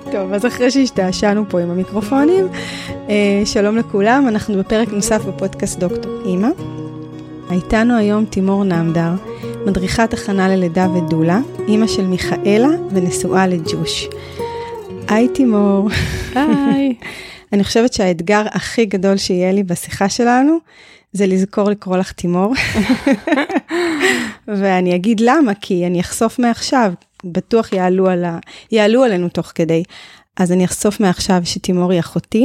טוב, אז אחרי שהשתעשענו פה עם המיקרופונים, שלום לכולם, אנחנו בפרק נוסף בפודקאסט דוקטור אימא. איתנו היום תימור נמדר, מדריכת הכנה ללידה ודולה, אימא של מיכאלה ונשואה לג'וש. היי תימור. היי. אני חושבת שהאתגר הכי גדול שיהיה לי בשיחה שלנו, זה לזכור לקרוא לך תימור. ואני אגיד למה, כי אני אחשוף מעכשיו, בטוח יעלו עלינו תוך כדי. אז אני אחשוף מעכשיו שתימור היא אחותי,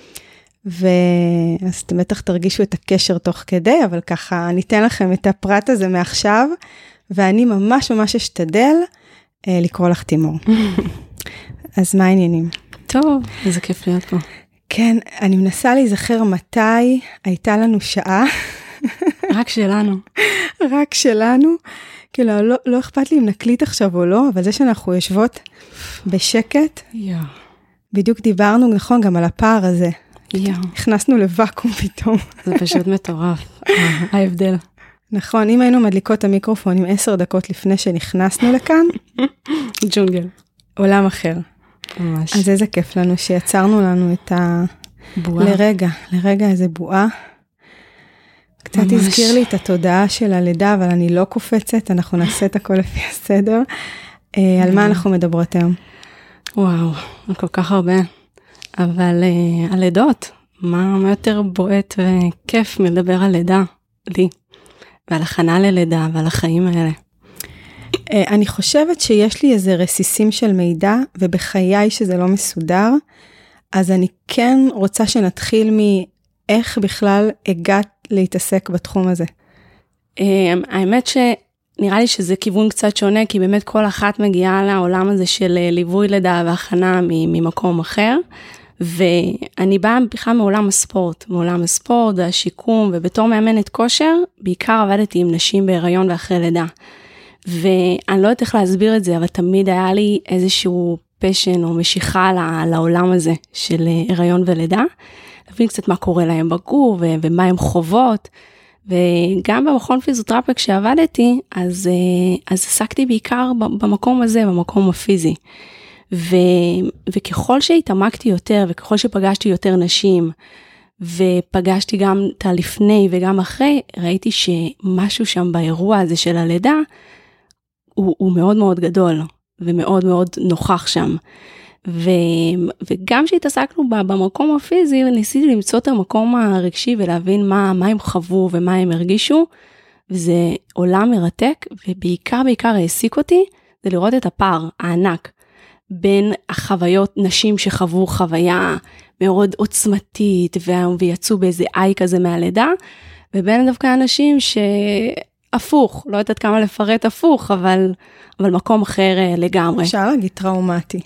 אז אתם בטח תרגישו את הקשר תוך כדי, אבל ככה ניתן לכם את הפרט הזה מעכשיו, ואני ממש ממש אשתדל לקרוא לך תימור. אז מה העניינים? טוב, איזה כיף להיות פה. כן, אני מנסה להיזכר מתי הייתה לנו שעה. רק שלנו. רק שלנו. כאילו, לא אכפת לי אם נקליט עכשיו או לא, אבל זה שאנחנו יושבות בשקט. בדיוק דיברנו, נכון, גם על הפער הזה. הכנסנו לוואקום פתאום. זה פשוט מטורף, ההבדל. נכון, אם היינו מדליקות את המיקרופונים 10 דקות לפני שנכנסנו לכאן, ג'ונגל. עולם אחר. ממש. אז איזה כיף לנו שיצרנו לנו את בועה. לרגע איזה בועה. קצת ממש. הזכיר לי את התודעה של הלידה, אבל אני לא קופצת, אנחנו נעשה את הכל לפי הסדר. על מה אנחנו מדברות היום? וואו, כל כך הרבה. אבל הלידות, מה יותר בועט וכיף מלדבר על לידה, לי, ועל הכנה ללידה ועל החיים האלה. אני חושבת שיש לי איזה רסיסים של מידע, ובחיי שזה לא מסודר, אז אני כן רוצה שנתחיל מאיך בכלל הגעת להתעסק בתחום הזה. האמת שנראה לי שזה כיוון קצת שונה, כי באמת כל אחת מגיעה לעולם הזה של ליווי לידה והכנה ממקום אחר, ואני באה בכלל מעולם הספורט והשיקום, ובתור מאמנת כושר, בעיקר עבדתי עם נשים בהיריון ואחרי לידה. ואני לא יודעת איך להסביר את זה, אבל תמיד היה לי איזשהו פשן או משיכה לעולם הזה של הריון ולידה, להבין קצת מה קורה להם בגוף ומה הם חוות, וגם במכון פיזיותרפיה כשעבדתי, אז עסקתי בעיקר במקום הזה, במקום הפיזי. וככל שהתעמקתי יותר, וככל שפגשתי יותר נשים, ופגשתי גם את הלפני וגם אחרי, ראיתי שמשהו שם באירוע הזה של הלידה, הוא מאוד מאוד גדול, ומאוד מאוד נוכח שם. וגם שהתעסקנו במקום הפיזי, ניסיתי למצוא את המקום הרגשי, ולהבין מה הם חוו ומה הם הרגישו, וזה עולם מרתק, ובעיקר העסיק אותי, זה לראות את הפער הענק, בין החוויות נשים שחוו חוויה מאוד עוצמתית, ויצאו באיזה איי כזה מהלידה, ובין דווקא אנשים שהפוך, לא יודעת כמה לפרט הפוך, אבל מקום אחר לגמרי. אפשר להגיד טראומטי.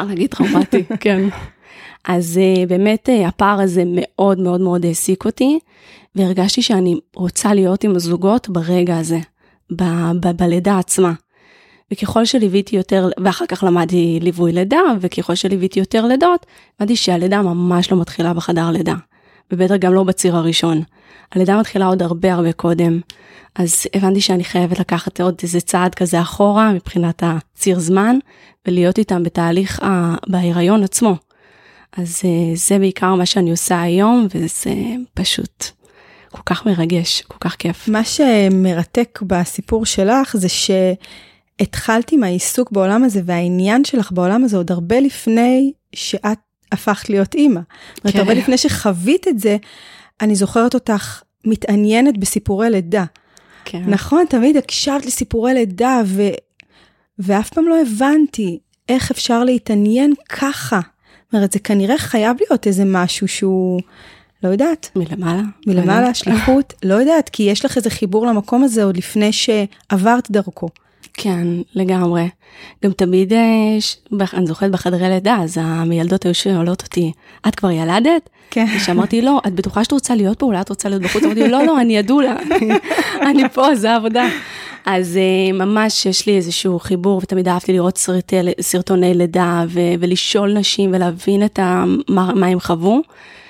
כן. אז באמת הפער הזה מאוד מאוד מאוד העסיק אותי, והרגשתי שאני רוצה להיות עם הזוגות ברגע הזה, בלידה עצמה. וככל שליוויתי יותר, ואחר כך למדתי ליווי לידה, וככל שליוויתי יותר לידות, למדתי שהלידה ממש לא מתחילה בחדר לידה, ובטח גם לא בציר הראשון. הלידה מתחילה עוד הרבה קודם, אז הבנתי שאני חייבת לקחת עוד איזה צעד כזה אחורה, מבחינת הציר זמן, ולהיות איתם בתהליך בהיריון עצמו. אז זה בעיקר מה שאני עושה היום, וזה פשוט כל כך מרגש, כל כך כיף. מה שמרתק בסיפור שלך, זה התחלתי מהעיסוק בעולם הזה, והעניין שלך בעולם הזה עוד הרבה לפני שאת הפכת להיות אימא. זאת אומרת, הרבה לפני שחווית את זה, אני זוכרת אותך מתעניינת בסיפורי לידה. כן. נכון, תמיד הקשבת לסיפורי לידה, ואף פעם לא הבנתי איך אפשר להתעניין ככה. זאת אומרת, זה כנראה חייב להיות איזה משהו שהוא, לא יודעת. מלמעלה, שליחות, לא יודעת, כי יש לך איזה חיבור למקום הזה עוד לפני שעברת דרכו. כן, לגמרי. גם תמיד, אני זוכרת בחדרי לידה, אז המילדות היו שואלות אותי, את כבר ילדת? כן. ושאמרתי, לא, את בטוחה שאת רוצה להיות פה, אולי את רוצה להיות בחוץ? אמרתי, לא, אני ידולה, אני פה, זה העבודה. אז ממש יש לי איזשהו חיבור, ותמיד אהבתי לראות סרטוני לידה, ולשאול נשים, ולהבין מה הם חוו.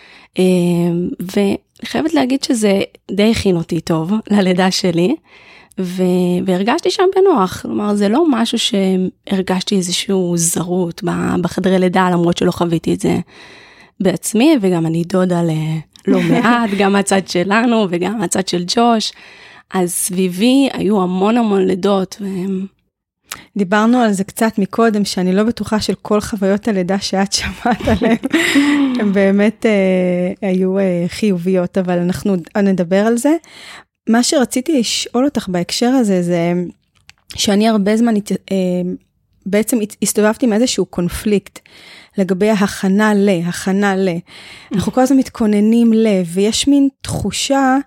ואני חייבת להגיד שזה די הכין אותי טוב, ללידה שלי, והרגשתי שם בנוח, כלומר זה לא משהו שהרגשתי איזשהו זרות בחדרי לידה, למרות שלא חוויתי את זה בעצמי, וגם אני דודה לא מעט, גם מהצד שלנו וגם מהצד של ג'וש, אז סביבי היו המון לידות. דיברנו על זה קצת מקודם, שאני לא בטוחה של כל חוויות הלידה שאת שמעת עליהן, הן באמת היו חיוביות, אבל אנחנו נדבר על זה. מה שרציתי לשאול אותך בהקשר הזה, זה שאני הרבה זמן בעצם הסתובבתי עם איזשהו קונפליקט, לגבי הכנה ל. אנחנו כל הזמן מתכוננים ויש מין תחושה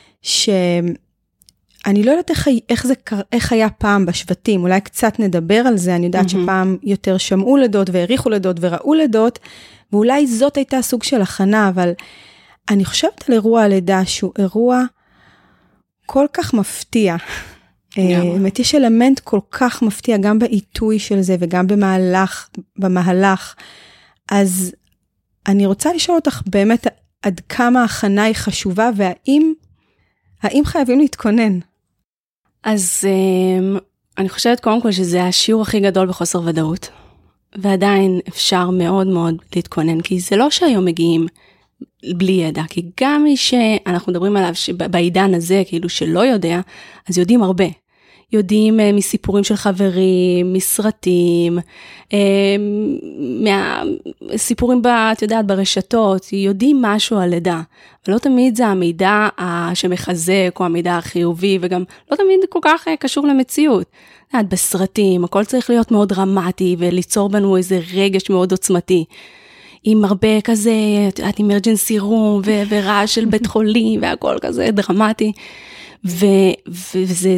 אני לא יודעת איך היה פעם בשבטים, אולי קצת נדבר על זה, אני יודעת שפעם יותר שמעו לידות והעריכו לידות וראו לידות, ואולי זאת הייתה סוג של הכנה, אבל אני חושבת על אירוע הלידה שהוא אירוע כל כך מפתיע. באמת יש אלמנט כל כך מפתיע, גם בעיתוי של זה וגם במהלך. אז אני רוצה לשאול אותך באמת עד כמה ההכנה היא חשובה, והאם חייבים להתכונן? אז אני חושבת קודם כל שזה השיעור הכי גדול בחוסר ודאות, ועדיין אפשר מאוד להתכונן, כי זה לא שהיום מגיעים בלי ידע, כי גם מי שאנחנו מדברים עליו בעידן הזה, כאילו שלא יודע, אז יודעים הרבה. יודעים מסיפורים של חברים, מסרטים, סיפורים את יודעת, ברשתות, יודעים משהו על לידה, ולא תמיד זה המידע שמחזק או המידע החיובי, וגם לא תמיד כל כך קשור למציאות. בסרטים, הכל צריך להיות מאוד דרמטי, וליצור בנו איזה רגש מאוד עוצמתי. עם הרבה כזה, את יודעת, emergency room, ורעש של בית חולים, והכל כזה דרמטי. וזה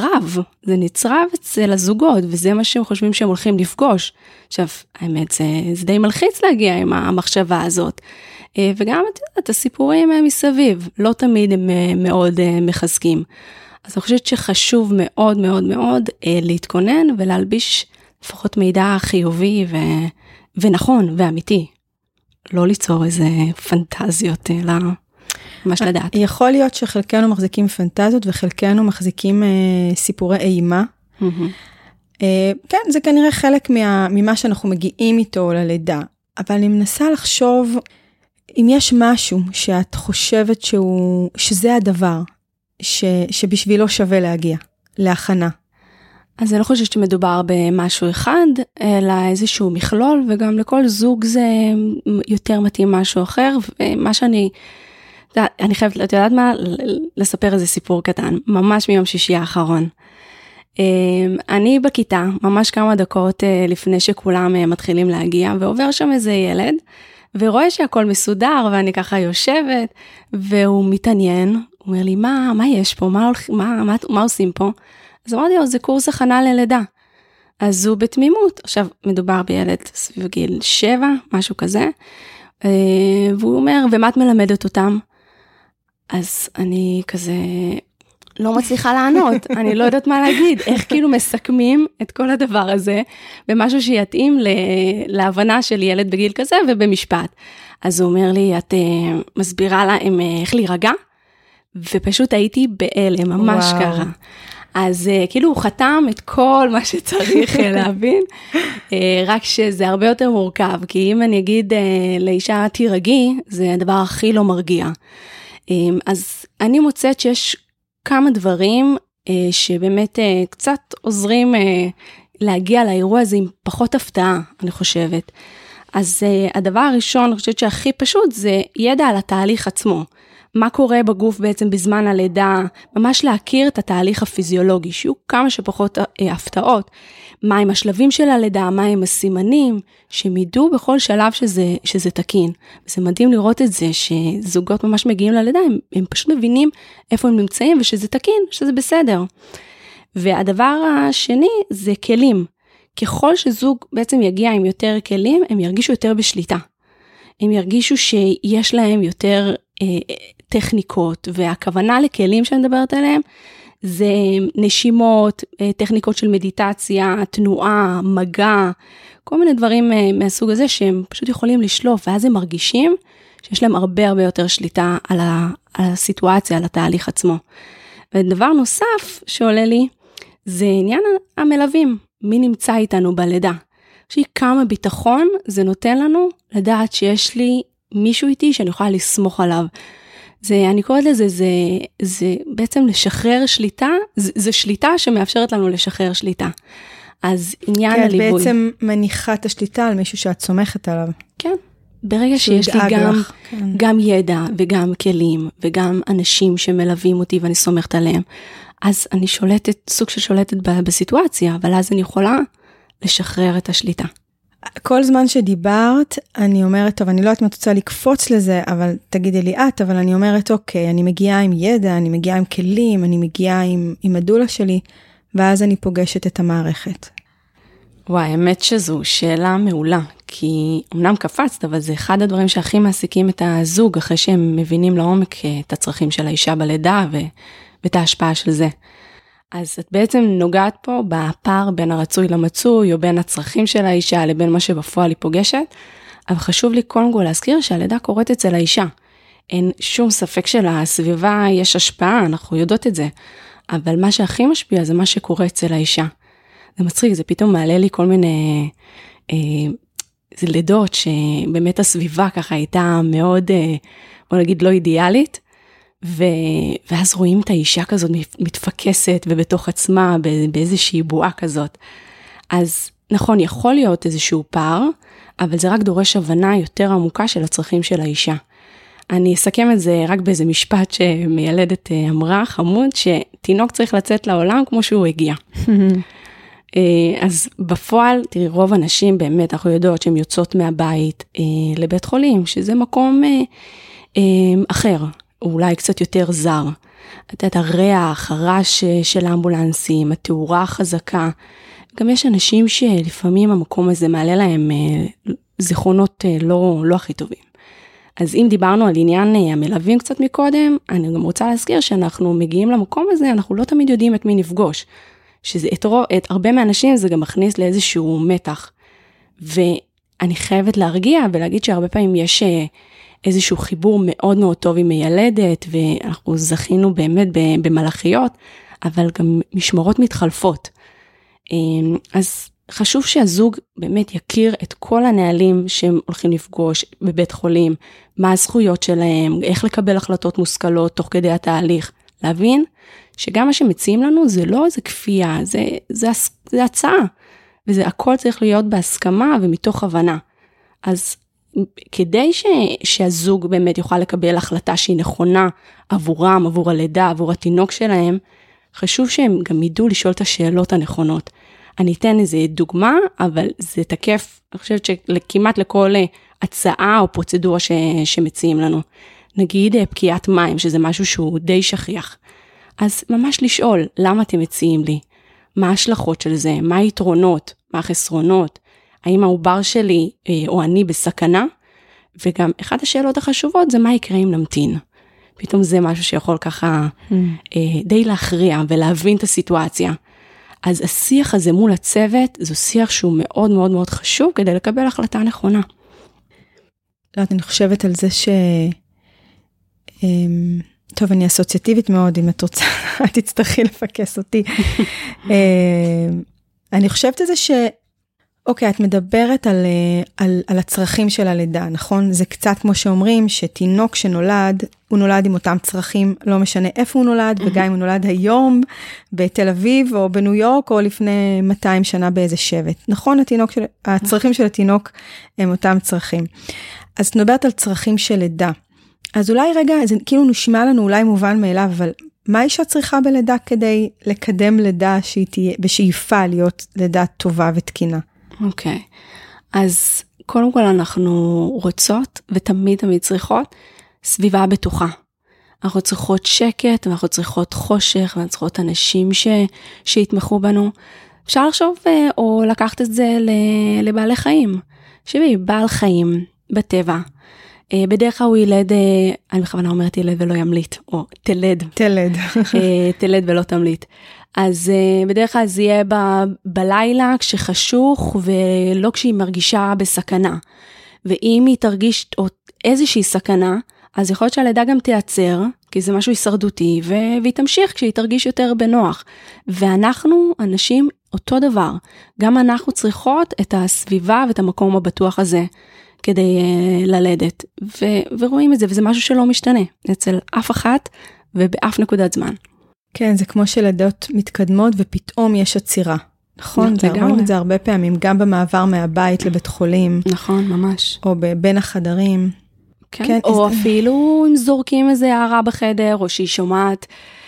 נצרב אצל הזוגות, וזה מה שהם חושבים שהם הולכים לפגוש. עכשיו, האמת, זה די מלחיץ להגיע עם המחשבה הזאת. וגם, את יודעת, הסיפורים מסביב, לא תמיד הם מאוד מחזקים. אז אני חושבת שחשוב מאוד להתכונן, ולהלביש לפחות מידע חיובי ונכון ואמיתי. לא ליצור איזה פנטזיות, אלא ממש לדעת. יכול להיות שחלקנו מחזיקים פנטזיות, וחלקנו מחזיקים סיפורי אימה. כן, זה כנראה חלק ממה שאנחנו מגיעים איתו ללידה. אבל אני מנסה לחשוב, אם יש משהו שאת חושבת שזה הדבר, שבשבילו שווה להגיע, להכנה. אז אני לא חושבת שמדובר במשהו אחד, אלא איזשהו מכלול, וגם לכל זוג זה יותר מתאים משהו אחר, ומה שאני חייבת, את יודעת מה, לספר איזה סיפור קטן, ממש מיום שישי האחרון. אני בכיתה, ממש כמה דקות לפני שכולם מתחילים להגיע, ועובר שם איזה ילד, ורואה שהכל מסודר, ואני ככה יושבת, והוא מתעניין, הוא אומר לי, מה יש פה? מה עושים פה? אז אמרתי לו, זה קורס הכנה ללידה. אז הוא בתמימות, עכשיו מדובר בילד סביב גיל 7, משהו כזה, והוא אומר, ומה את מלמדת אותם? אז אני כזה לא מצליחה לענות, אני לא יודעת מה להגיד, איך כאילו מסכמים את כל הדבר הזה, במשהו שיתאים להבנה של ילד בגיל כזה ובמשפט. אז הוא אומר לי, את מסבירה להם איך להירגע? ופשוט הייתי באלה, ממש ככה. אז כאילו הוא חתם את כל מה שצריך להבין, רק שזה הרבה יותר מורכב, כי אם אני אגיד לאישה תירגעי, זה הדבר הכי לא מרגיע. אז אני מוצאת שיש כמה דברים שבאמת קצת עוזרים להגיע לאירוע הזה עם פחות הפתעה, אני חושבת. אז הדבר הראשון, אני חושבת שהכי פשוט, זה ידע על התהליך עצמו. מה קורה בגוף בעצם בזמן הלידה, ממש להכיר את התהליך הפיזיולוגי, שיהיו כמה שפחות הפתעות, מה עם השלבים של הלידה, מה עם הסימנים, שהם ידעו בכל שלב שזה תקין. וזה מדהים לראות את זה, שזוגות ממש מגיעים ללידה, הם פשוט מבינים איפה הם נמצאים, ושזה תקין, שזה בסדר. והדבר השני זה כלים. ככל שזוג בעצם יגיע עם יותר כלים, הם ירגישו יותר בשליטה. הם ירגישו שיש להם יותר טכניקות, והכוונה לכלים שאני מדברת עליהם, זה נשימות, טכניקות של מדיטציה, תנועה, מגע, כל מיני דברים מהסוג הזה, שהם פשוט יכולים לשלוף, ואז הם מרגישים שיש להם הרבה יותר שליטה על הסיטואציה, על התהליך עצמו. ודבר נוסף שעולה לי, זה עניין המלווים, מי נמצא איתנו בלידה. שהיא כמה ביטחון זה נותן לנו לדעת שיש לי מישהו איתי שאני יכולה לסמוך עליו. אני קוראת לזה, זה בעצם לשחרר שליטה, זה שליטה שמאפשרת לנו לשחרר שליטה. אז עניין הליווי. את בעצם מניחה את השליטה על מישהו שאת סומכת עליו. כן. ברגע שיש לי גם ידע וגם כלים וגם אנשים שמלווים אותי ואני סומכת עליהם, אז אני סוג של שולטת בסיטואציה, אבל אז אני יכולה לשחרר את השליטה. כל זמן שדיברת, אני אומרת, טוב, אני לא יודעת מה תוצאה לקפוץ לזה, אבל תגידי לי את, אבל אני אומרת, אוקיי, אני מגיעה עם ידע, אני מגיעה עם כלים, אני מגיעה עם הדולה שלי, ואז אני פוגשת את המערכת. וואי, האמת שזו שאלה מעולה, כי אמנם קפצת, אבל זה אחד הדברים שהכי מעסיקים את הזוג, אחרי שהם מבינים לעומק את הצרכים של האישה בלידה, ואת ההשפעה של זה. אז את בעצם נוגעת פה בפער בין הרצוי למצוי, או בין הצרכים של האישה, לבין מה שבפועל היא פוגשת, אבל חשוב לי קודם כל להזכיר שהלידה קורית אצל האישה. אין שום ספק שלסביבה יש השפעה, אנחנו יודעות את זה, אבל מה שהכי משפיע זה מה שקורה אצל האישה. זה מצחיק, זה פתאום מעלה לי כל מיני לידות שבאמת הסביבה ככה הייתה מאוד, בוא נגיד, לא אידיאלית, ואז רואים את האישה כזאת מתפקסת ובתוך עצמה באיזושהי בועה כזאת. אז נכון, יכול להיות איזשהו פער, אבל זה רק דורש הבנה יותר עמוקה של הצרכים של האישה. אני אסכם את זה רק באיזה משפט שמיילדת אמרה, חמוד, שתינוק צריך לצאת לעולם כמו שהוא הגיע. אז בפועל, תראי, רוב הנשים באמת, אנחנו יודעות שהן יוצאות מהבית לבית חולים, שזה מקום אחר, אולי קצת יותר זר. את יודעת, הריח, הרעש של האמבולנסים, התאורה החזקה. גם יש אנשים שלפעמים המקום הזה מעלה להם זיכרונות לא הכי טובים. אז אם דיברנו על עניין המלווים קצת מקודם, אני גם רוצה להזכיר שאנחנו מגיעים למקום הזה, אנחנו לא תמיד יודעים את מי נפגוש. שזה את הרבה מהאנשים זה גם מכניס לאיזשהו מתח. ואני חייבת להרגיע ולהגיד שהרבה פעמים יש איזשהו חיבור מאוד מאוד טוב עם מיילדת, ואנחנו זכינו באמת במלאכיות, אבל גם משמרות מתחלפות. אז חשוב שהזוג באמת יכיר את כל הנהלים שהם הולכים לפגוש בבית חולים, מה הזכויות שלהם, איך לקבל החלטות מושכלות תוך כדי התהליך, להבין שגם מה שמציעים לנו זה לא איזה כפייה, זה הצעה, וזה הכל צריך להיות בהסכמה ומתוך הבנה. אז כדי שהזוג באמת יוכל לקבל החלטה שהיא נכונה עבורם, עבור הלידה, עבור התינוק שלהם, חשוב שהם גם ידעו לשאול את השאלות הנכונות. אני אתן איזה דוגמה, אבל זה תקף, אני חושבת שכמעט לכל הצעה או פרוצדורה שמציעים לנו. נגיד פקיעת מים, שזה משהו שהוא די שכיח. אז ממש לשאול, למה אתם מציעים לי? מה ההשלכות של זה? מה היתרונות? מה החסרונות? האם העובר שלי או אני בסכנה? וגם אחת השאלות החשובות זה מה יקרה אם נמתין. פתאום זה משהו שיכול ככה די להכריע ולהבין את הסיטואציה. אז השיח הזה מול הצוות, זו שיח שהוא מאוד מאוד מאוד חשוב כדי לקבל החלטה נכונה. לא, אני חושבת על זה טוב, אני אסוציאטיבית מאוד, אם את רוצה, את תצטרכי לפקס אותי. אני חושבת על זה אוקיי, את מדברת על הצרכים של הלידה, נכון? זה קצת כמו שאומרים, שתינוק שנולד, הוא נולד עם אותם צרכים, לא משנה איפה הוא נולד, וגם אם הוא נולד היום בתל אביב, או בניו יורק, או לפני 200 שנה באיזה שבט. נכון, הצרכים של התינוק הם אותם צרכים. אז את מדברת על צרכים של לידה. אז אולי רגע, זה כאילו נשמע לנו אולי מובן מאליו, אבל מה אישה צריכה בלידה כדי לקדם לידה שהיא תהיה, בשאיפה להיות לידה טובה ותקינה? אוקיי, אז קודם כל אנחנו רוצות ותמיד צריכות סביבה בטוחה. אנחנו צריכות שקט, ואנחנו צריכות חושך, ואנחנו צריכות אנשים שיתמכו בנו. אפשר לחשוב או לקחת את זה לבעלי חיים. שיבי, בעל חיים בטבע. בדרך כלל הוא ילד, אני בכוונה אומרת ילד ולא ימליט, או תלד. תלד ולא תמליט. אז בדרך כלל זה יהיה בלילה כשחשוך ולא כשהיא מרגישה בסכנה. ואם היא תרגיש איזושהי סכנה, אז יכול להיות שהלידה גם תיעצר, כי זה משהו הישרדותי, והיא תמשיך כשהיא תרגיש יותר בנוח. ואנחנו, אנשים, אותו דבר. גם אנחנו צריכות את הסביבה ואת המקום הבטוח הזה, כדי ללדת. ורואים את זה, וזה משהו שלא משתנה, אצל אף אחת ובאף נקודת זמן. כן, זה כמו שלידות מתקדמות ופתאום יש עצירה. נכון, רואים את זה הרבה פעמים, גם במעבר מהבית לבית חולים. נכון, ממש. או בין החדרים. כן, או אפילו אם זורקים איזה הערה בחדר, או שהיא שומעת,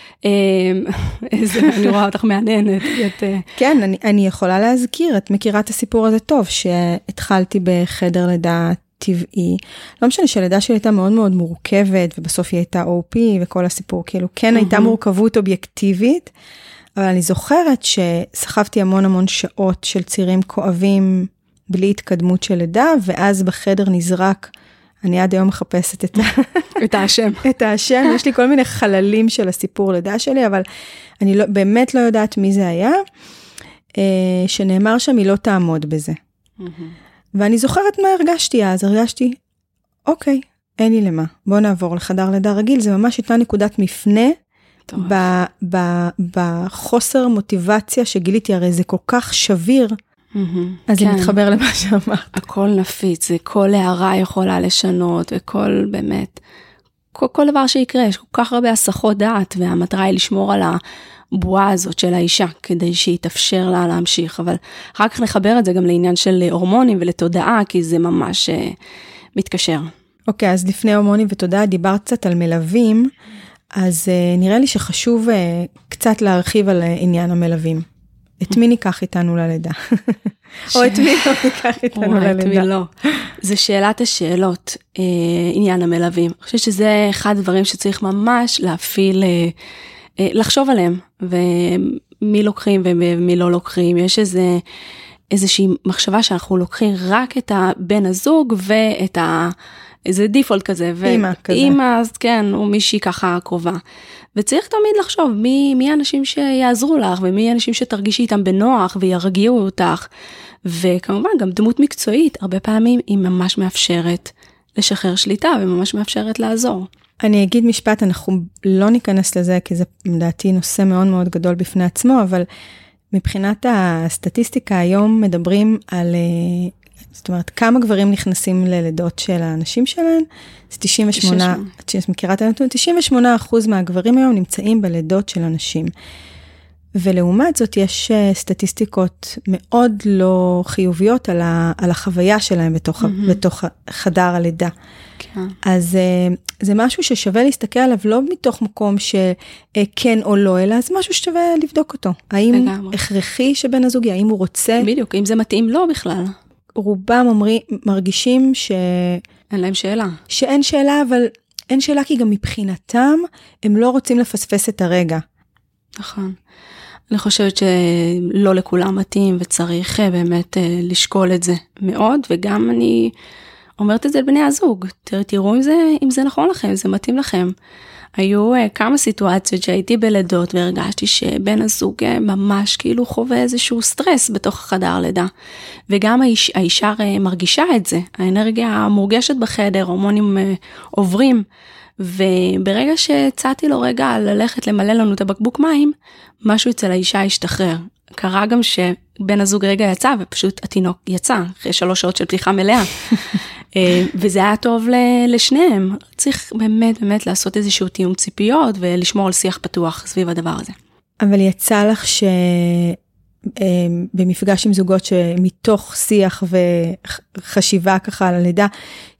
אני רואה אותך מעניינת. כן, אני יכולה להזכיר, את מכירה את הסיפור הזה טוב, שהתחלתי בחדר לידה טבעי. לא משנה שהלידה שלי הייתה מאוד מאוד מורכבת, ובסוף היא הייתה OP וכל הסיפור, כאילו כן הייתה מורכבות אובייקטיבית, אבל אני זוכרת שסחבתי המון שעות של צירים כואבים, בלי התקדמות של לידה, ואז בחדר נזרק, אני עד היום מחפשת את האשם. את האשם, יש לי כל מיני חללים של הסיפור לידה שלי, אבל אני באמת לא יודעת מי זה היה, שנאמר שם היא לא תעמוד בזה. ואני זוכרת מה הרגשתי אז, הרגשתי, אוקיי, אין לי למה, בוא נעבור לחדר לידה רגיל, זה ממש הייתה נקודת מפנה, בחוסר מוטיבציה שגיליתי, הרי זה כל כך שביר, אז זה מתחבר למה שאמרת. הכל נפיץ, כל הערה יכולה לשנות, וכל באמת, כל דבר שיקרה, יש כל כך הרבה הסחות דעת, והמטרה היא לשמור על הבועה הזאת של האישה, כדי שהיא תאפשר לה להמשיך, אבל אחר כך נחבר את זה גם לעניין של הורמונים ולתודעה, כי זה ממש מתקשר. אוקיי, אז לפני הורמונים ותודעה, דיברת קצת על מלווים, אז נראה לי שחשוב קצת להרחיב על עניין המלווים. את מי ניקח איתנו ללידה? או את מי לא ניקח איתנו ללידה? את מי לא. זה שאלת השאלות, עניין המלווים. אני חושבת שזה אחד הדברים שצריך ממש להפעיל, לחשוב עליהם, ומי לוקחים ומי לא לוקחים. יש איזושהי מחשבה שאנחנו לוקחים רק את הבן הזוג ואת איזה דיפולט כזה. אימא כזה. אימא, כן, או מישהי ככה קרובה. וצריך תמיד לחשוב מי האנשים שיעזרו לך, ומי האנשים שתרגישי איתם בנוח, וירגיעו אותך. וכמובן, גם דמות מקצועית, הרבה פעמים היא ממש מאפשרת לשחרר שליטה, וממש מאפשרת לעזור. אני אגיד משפט, אנחנו לא ניכנס לזה, כי זה לדעתי נושא מאוד מאוד גדול בפני עצמו, אבל מבחינת הסטטיסטיקה היום מדברים על, זאת אומרת, כמה גברים נכנסים ללידות של האנשים שלהם, זה 98, את מכירה את הנתון, 98% מהגברים היום נמצאים בלידות של אנשים. ולעומת זאת יש סטטיסטיקות מאוד לא חיוביות על החוויה שלהם בתוך חדר הלידה. כן. אז זה משהו ששווה להסתכל עליו לא מתוך מקום שכן או לא, אלא זה משהו ששווה לבדוק אותו. האם הכרחי שבן הזוגי, האם הוא רוצה? בדיוק, אם זה מתאים לו בכלל. רובם מרגישים אין להם שאלה. שאין שאלה, אבל אין שאלה כי גם מבחינתם הם לא רוצים לפספס את הרגע. נכון. אני חושבת שלא לכולם מתאים וצריך באמת לשקול את זה מאוד, וגם אני אומרת את זה לבני הזוג. תראו אם זה נכון לכם, אם זה מתאים לכם. היו כמה סיטואציות שהייתי בלידות והרגשתי שבן הזוג ממש כאילו חווה איזשהו סטרס בתוך החדר לידה. וגם האישה מרגישה את זה. האנרגיה מורגשת בחדר, הורמונים עוברים. וברגע שהצעתי לו רגע ללכת למלא לנו את הבקבוק מים, משהו אצל האישה השתחרר. קרה גם שבן הזוג רגע יצא, ופשוט התינוק יצא, אחרי 3 שעות של פתיחה מלאה. וזה היה טוב לשניהם. צריך באמת לעשות איזשהו תיאום ציפיות, ולשמור על שיח פתוח סביב הדבר הזה. אבל יצא לך במפגש עם זוגות שמתוך שיח וחשיבה ככה על הלידה,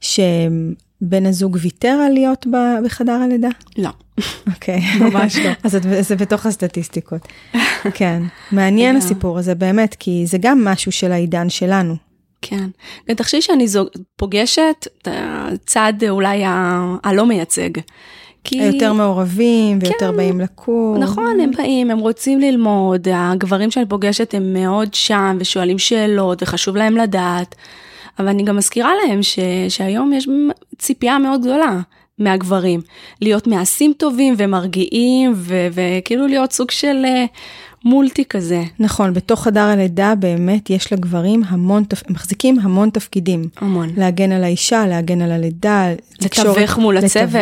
בן הזוג ויתר על להיות בחדר הלידה? לא. אוקיי. ממש לא. אז זה בתוך הסטטיסטיקות. כן. מעניין הסיפור הזה באמת, כי זה גם משהו של העידן שלנו. כן. ותחשבי שאני פוגשת את הצד אולי הלא מייצג. היותר מעורבים ויותר באים לקום. נכון, הם באים, הם רוצים ללמוד, הגברים שאני פוגשת הם מאוד שם ושואלים שאלות וחשוב להם לדעת. אבל אני גם מזכירה להם שהיום יש ציפייה מאוד גדולה מהגברים. להיות מעשים טובים ומרגיעים וכאילו להיות סוג של מולטי כזה. נכון, בתוך חדר הלידה באמת יש לגברים מחזיקים המון תפקידים. המון. להגן על האישה, להגן על הלידה, לתווך מול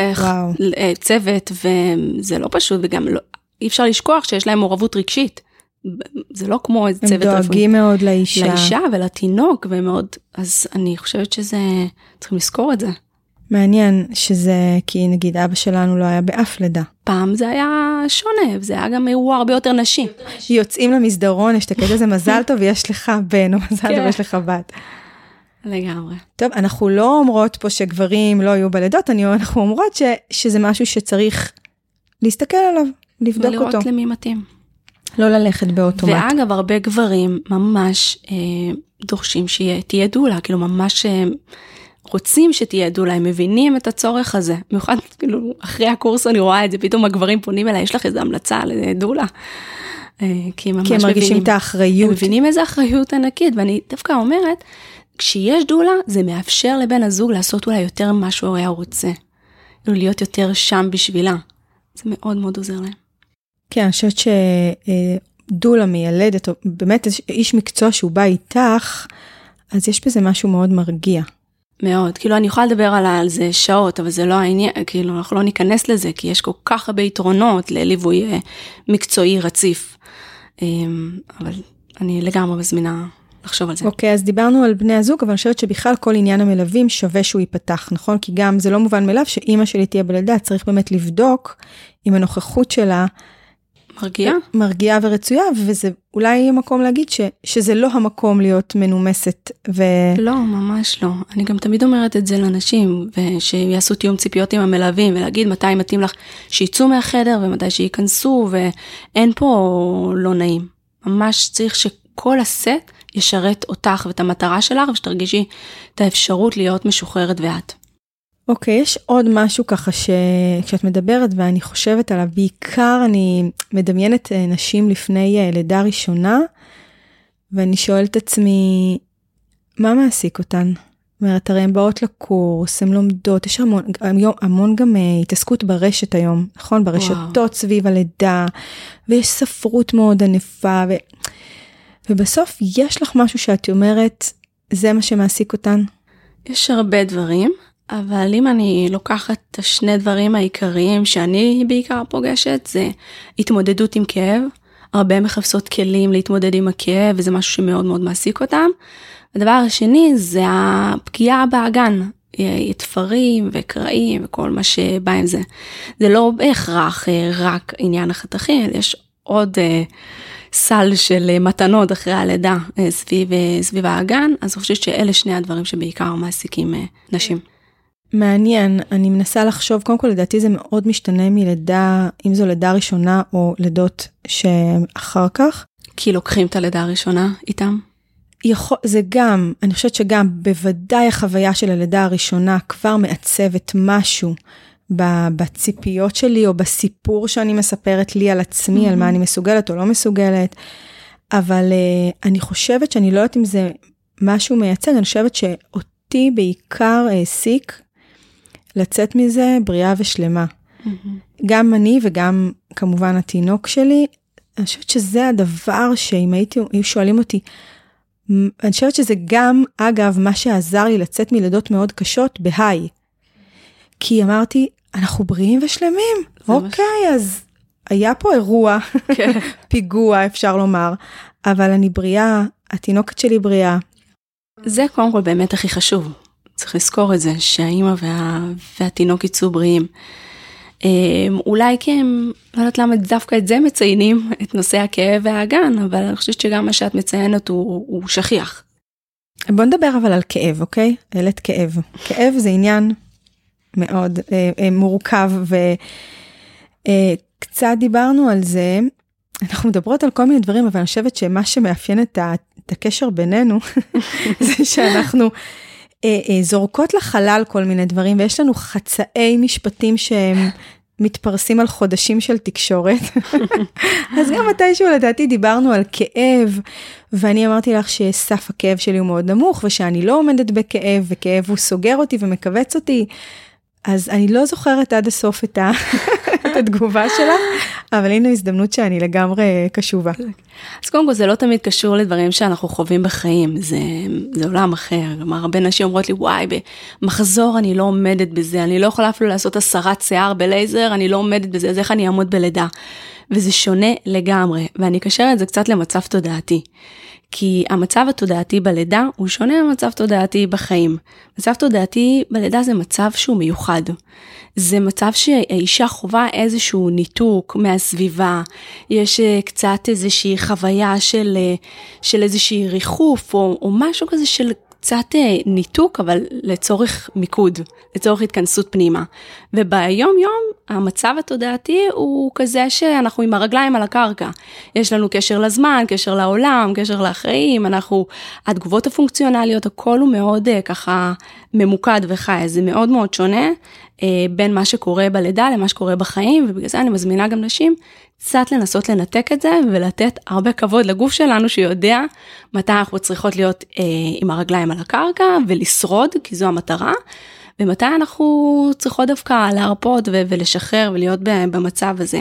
צוות, וזה לא פשוט, וגם אי אפשר לשכוח שיש להם מעורבות רגשית. זה לא כמו איזה צוות רפואי. הם דואגים מאוד לאישה. לאישה ולתינוק, ומאוד, אז אני חושבת שזה, צריכים לזכור את זה. מעניין שזה, כי נגיד אבא שלנו לא היה באף לידה. פעם זה היה שונה, וזה היה גם אירוע הרבה יותר נשי. יוצאים למסדרון, יש תקד איזה מזל טוב, ויש לך בן, או מזל טוב, ויש לך בת. לגמרי. טוב, אנחנו לא אומרות פה שגברים לא יהיו בלידות, אנחנו אומרות שזה משהו שצריך להסתכל עליו, לבדוק אותו. ולראות למי מתאים. לא ללכת באוטומט. ואגב, הרבה גברים ממש דורשים שתהיה דולה, כאילו ממש רוצים שתהיה דולה, הם מבינים את הצורך הזה. במיוחד, כאילו, אחרי הקורס אני רואה את זה, פתאום הגברים פונים אליי, יש לך איזו המלצה לדולה. כי הם מרגישים את האחריות. הם מבינים איזו אחריות ענקית, ואני דווקא אומרת, כשיש דולה, זה מאפשר לבן הזוג לעשות אולי יותר ממה שהוא היה רוצה. להיות יותר שם בשבילה. זה מאוד מאוד עוזר להם. כן, אני חושבת שדולה מיילדת, באמת איש מקצוע שהוא בא איתך, אז יש בזה משהו מאוד מרגיע. מאוד, כאילו אני יכולה לדבר על זה שעות, אבל זה לא העניין, כאילו אנחנו לא ניכנס לזה, כי יש כל כך הרבה יתרונות לליווי מקצועי רציף, אבל אני לגמרי מזמינה לחשוב על זה. אוקיי, אז דיברנו על בני הזוג, אבל אני חושבת שבכלל כל עניין המלווים שווה שהוא ייפתח, נכון? כי גם זה לא מובן מאליו שאמא שלי תהיה בלידה, צריך באמת לבדוק אם הנוכחות שלה מרגיעה ורצויה, וזה אולי מקום להגיד שזה לא המקום להיות מנומסת. לא, ממש לא. אני גם תמיד אומרת את זה לאנשים, ושיעשו תיאום ציפיות עם המלווים, ולהגיד מתי מתאים לך שיצאו מהחדר, ומתי שייכנסו, ואין פה לא נעים. ממש צריך שכל הסט ישרת אותך ואת המטרה שלך, ושתרגישי את האפשרות להיות משוחררת ואת. אוקיי, יש עוד משהו ככה שכשאת מדברת ואני חושבת עליו, בעיקר אני מדמיינת נשים לפני לידה ראשונה, ואני שואלת עצמי, מה מעסיק אותן? זאת אומרת, הרי הן באות לקורס, הן לומדות, יש המון גם התעסקות ברשת היום, נכון? ברשתות סביב הלידה, ויש ספרות מאוד ענפה, ובסוף יש לך משהו שאת אומרת, זה מה שמעסיק אותן? יש הרבה דברים. אבל אם אני לוקחת את השני דברים העיקריים שאני בעיקר פוגשת, זה התמודדות עם כאב. הרבה מחפשות כלים להתמודד עם הכאב, וזה משהו שמאוד מאוד מעסיק אותם. הדבר השני זה הפגיעה באגן, תפרים וקרעים וכל מה שבא עם זה. זה לא בהכרח רק עניין החתכים, יש עוד סל של מתנות אחרי הלידה סביב האגן, אז אני חושבת שאלה שני הדברים שבעיקר מעסיקים נשים. מעניין, אני מנסה לחשוב, קודם כל לדעתי זה מאוד משתנה מלידה, אם זו לידה ראשונה או לידות שאחר כך. כי לוקחים את הלידה הראשונה איתם? זה גם, אני חושבת שגם בוודאי החוויה של הלידה הראשונה כבר מעצבת משהו בציפיות שלי או בסיפור שאני מספרת לי על עצמי, על מה אני מסוגלת או לא מסוגלת, אבל אני חושבת שאני לא יודעת אם זה משהו מייצג, אני חושבת שאותי בעיקר העסיק לצאת מזה בריאה ושלמה. גם אני וגם כמובן התינוק שלי, אני חושבת שזה הדבר שאם היו שואלים אותי, אני חושבת שזה גם, אגב, מה שעזר לי לצאת מלידות מאוד קשות בהיי. כי אמרתי, אנחנו בריאים ושלמים. אוקיי, אז היה פה אירוע, פיגוע אפשר לומר, אבל אני בריאה, התינוקת שלי בריאה. זה קודם כל באמת הכי חשוב. צריך לזכור את זה, שהאימא והתינוק יצאו בריאים. אולי כי הם, לא יודעת למה דווקא את זה מציינים, את נושא הכאב והאגן, אבל אני חושבת שגם מה שאת מציינת הוא שכיח. בוא נדבר אבל על כאב, אוקיי? העלית כאב. כאב זה עניין מאוד מורכב, וקצת דיברנו על זה, אנחנו מדברות על כל מיני דברים, אבל אני חושבת שמה שמאפיין את הקשר בינינו, זה שאנחנו זורקות לחלל כל מיני דברים, ויש לנו חצאי משפטים שהם מתפרסים על חודשים של תקשורת. אז גם מתישהו לדעתי דיברנו על כאב, ואני אמרתי לך שסף הכאב שלי הוא מאוד נמוך, ושאני לא עומדת בכאב, וכאב הוא סוגר אותי ומקווץ אותי, אז אני לא זוכרת עד הסוף את את התגובה שלך, אבל הנה הזדמנות שאני לגמרי קשובה. אז קודם כל זה לא תמיד קשור לדברים שאנחנו חווים בחיים, זה עולם אחר. כלומר, הרבה נשים אומרות לי, וואי, במחזור אני לא עומדת בזה, אני לא יכולה אפילו לעשות הסרת שיער בלייזר, אני לא עומדת בזה, אז איך אני אעמוד בלידה? וזה שונה לגמרי, ואני אקשר את זה קצת למצב תודעתי. כי המצב התודעתי בלידה הוא שונה ממצב תודעתי בחיים. מצב תודעתי בלידה זה מצב שהוא מיוחד. זה מצב שהאישה חובה איזשהו ניתוק מהסביבה, יש קצת איזושהי חוויה של איזושהי ריחוף או משהו כזה של קצת ניתוק, אבל לצורך מיקוד, לצורך התכנסות פנימה. וביום יום המצב התודעתי הוא כזה שאנחנו עם הרגליים על הקרקע. יש לנו קשר לזמן, קשר לעולם, קשר לאחראים, התגובות הפונקציונליות, הכל הוא מאוד ככה ממוקד וחי. זה מאוד מאוד שונה בין מה שקורה בלידה למה שקורה בחיים, ובגלל זה אני מזמינה גם נשים קצת לנסות לנתק את זה, ולתת הרבה כבוד לגוף שלנו שיודע מתי אנחנו צריכות להיות עם הרגליים על הקרקע, ולשרוד, כי זו המטרה, ומתי אנחנו צריכות דווקא להרפות ולשחרר ולהיות במצב הזה.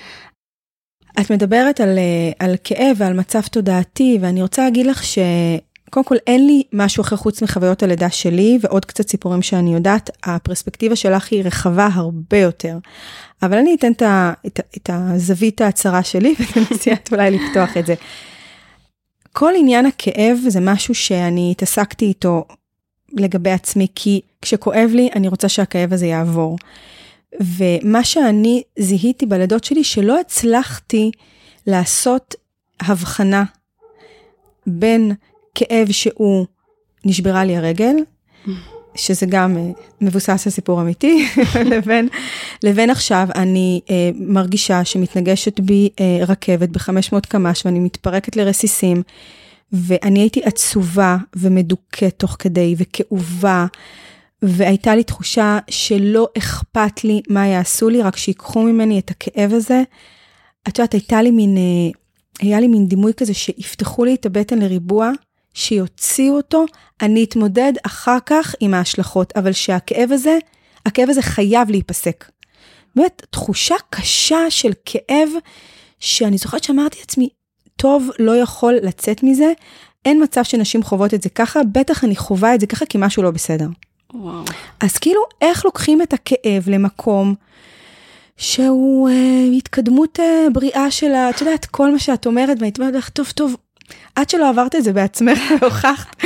את מדברת על כאב ועל מצב תודעתי, ואני רוצה להגיד לך קודם כל, אין לי משהו אחר חוץ מחוויות הלידה שלי, ועוד קצת סיפורים שאני יודעת, הפרספקטיבה שלך היא רחבה הרבה יותר. אבל אני אתן את הזווית ההצרה שלי, ותנסיית אולי לפתוח את זה. כל עניין הכאב זה משהו שאני התעסקתי איתו לגבי עצמי, כי כשכואב לי, אני רוצה שהכאב הזה יעבור. ומה שאני זיהיתי בלידות שלי, שלא הצלחתי לעשות הבחנה בין כאב שהוא נשברה לי הרגל, שזה גם מבוסס על סיפור אמיתי, לבין עכשיו אני מרגישה שמתנגשת בי רכבת ב-500 קמ"ש, ואני מתפרקת לרסיסים, ואני הייתי עצובה ומדוכאת תוך כדי, וכאובה, והייתה לי תחושה שלא אכפת לי מה יעשו לי, רק שיקחו ממני את הכאב הזה. את יודעת, היה לי מין דימוי כזה שיפתחו לי את הבטן לריבוע, שיוציאו אותו, אני אתמודד אחר כך עם ההשלכות, אבל שהכאב הזה חייב להיפסק. באמת, תחושה קשה של כאב, שאני זוכרת שאמרתי לעצמי, טוב, לא יכול לצאת מזה, אין מצב שנשים חוות את זה ככה, בטח אני חובה את זה ככה, כי משהו לא בסדר. וואו. אז כאילו, איך לוקחים את הכאב למקום, שהוא התקדמות בריאה שלה, את יודעת, כל מה שאת אומרת, ואני אומרת לך, טוב, עד שלא עברת את זה בעצמך, והוכחת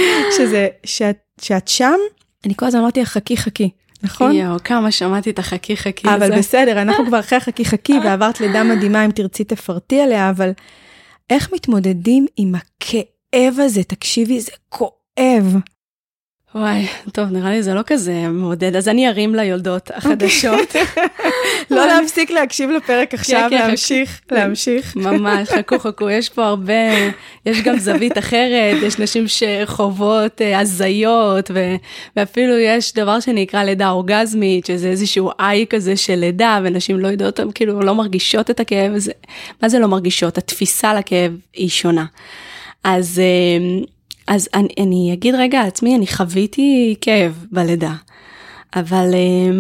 שאת שם, אני כל הזמן אמרתי, חכי, נכון? יואו, כמה שמעתי את החכי. אבל בסדר, אנחנו כבר אחרי חכי, ועברת לידה מדהימה, אם תרצי תפרטי עליה, אבל איך מתמודדים עם הכאב הזה? תקשיבי, זה כואב. וואי, טוב, נראה לי זה לא כזה מעודד, אז אני ארים ליולדות החדשות. לא להפסיק להקשיב לפרק עכשיו, להמשיך. ממש, חכו, יש פה הרבה, יש גם זווית אחרת, יש נשים שחוות הזיות, ואפילו יש דבר שנקרא לידה אורגזמית, שזה איזשהו איי כזה של לידה, ונשים לא יודעות, כאילו לא מרגישות את הכאב הזה. מה זה לא מרגישות? התפיסה לכאב היא שונה. אז אני אגיד רגע על עצמי, אני חוויתי כאב בלידה, אבל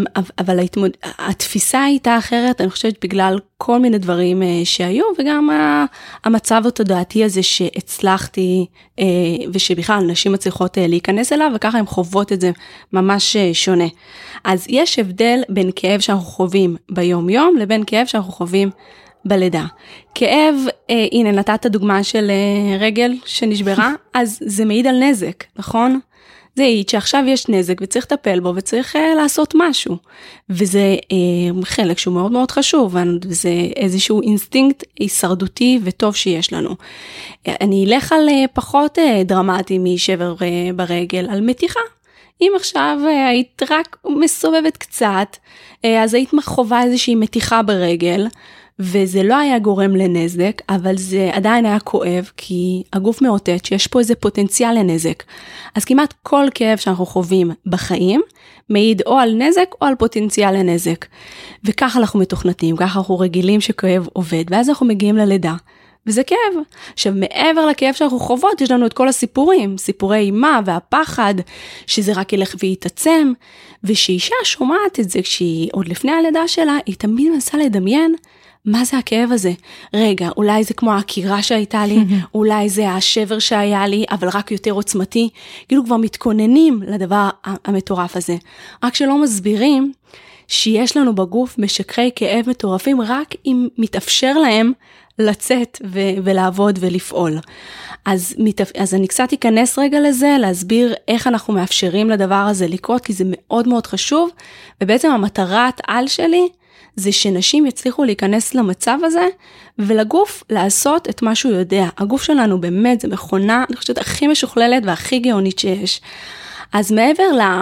התפיסה הייתה אחרת, אני חושבת בגלל כל מיני דברים שהיו, וגם המצב התודעתי הזה שהצלחתי, ושבכלל נשים מצליחות להיכנס אליו, וככה הן חוות את זה ממש שונה. אז יש הבדל בין כאב שאנחנו חווים ביום יום, לבין כאב שאנחנו חווים בלידה. כאב, הנה נתת דוגמה של רגל שנשברה, אז זה מעיד על נזק, נכון? זה העיד שעכשיו יש נזק וצריך לטפל בו וצריך לעשות משהו. וזה חלק שהוא מאוד מאוד חשוב, וזה איזשהו אינסטינקט הישרדותי וטוב שיש לנו. אני אלך על פחות דרמטי משבר ברגל, על מתיחה. אם עכשיו היית רק מסובבת קצת, אז היית חווה איזושהי מתיחה ברגל, וזה לא היה גורם לנזק, אבל זה עדיין היה כואב, כי הגוף מאותת שיש פה איזה פוטנציאל לנזק. אז כמעט כל כאב שאנחנו חווים בחיים, מעיד או על נזק או על פוטנציאל לנזק. וככה אנחנו מתוכנתים, ככה אנחנו רגילים שכאב עובד, ואז אנחנו מגיעים ללידה. וזה כאב. עכשיו, מעבר לכאב שאנחנו חוות, יש לנו את כל הסיפורים, סיפורי אימה והפחד, שזה רק ילך ויתעצם, ושאישה שומעת את זה, כשהיא עוד לפני הלידה שלה, היא תמיד מנסה לדמיין, מה זה הכאב הזה? רגע, אולי זה כמו העקירה שהייתה לי, אולי זה השבר שהיה לי, אבל רק יותר עוצמתי, כאילו כבר מתכוננים לדבר המטורף הזה. רק שלא מסבירים, שיש לנו בגוף משככי כאב מטורפים, רק אם מתאפשר להם לצאת ולעבוד ולפעול. אז אני קצת אכנס רגע לזה, להסביר איך אנחנו מאפשרים לדבר הזה לקרות, כי זה מאוד מאוד חשוב, ובעצם המטרת על שלי, זה שנשים יצליחו להיכנס למצב הזה, ולגוף לעשות את מה שהוא יודע. הגוף שלנו באמת זה מכונה, אני חושבת, הכי משוכללת והכי גאונית שיש. אז מעבר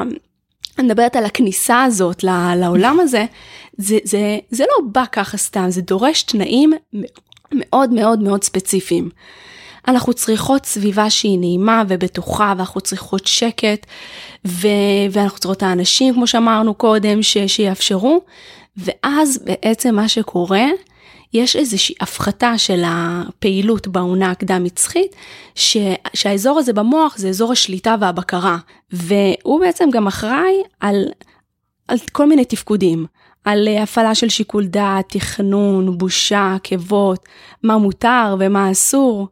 אני מדברת על הכניסה הזאת לעולם הזה, זה לא בא ככה סתם, זה דורש תנאים מאוד מאוד מאוד ספציפיים. אנחנו צריכות סביבה שהיא נעימה ובטוחה, ואנחנו צריכות שקט, ואנחנו צריכות האנשים, כמו שאמרנו קודם, שיאפשרו, ואז בעצם מה שקורה, יש איזושהי הפחתה של הפעילות בעונה הקדם מצחית, שהאזור הזה במוח זה אזור השליטה והבקרה, והוא בעצם גם אחראי על כל מיני תפקודים, על הפעלה של שיקול דעת, תכנון, בושה, עקבות, מה מותר ומה אסור,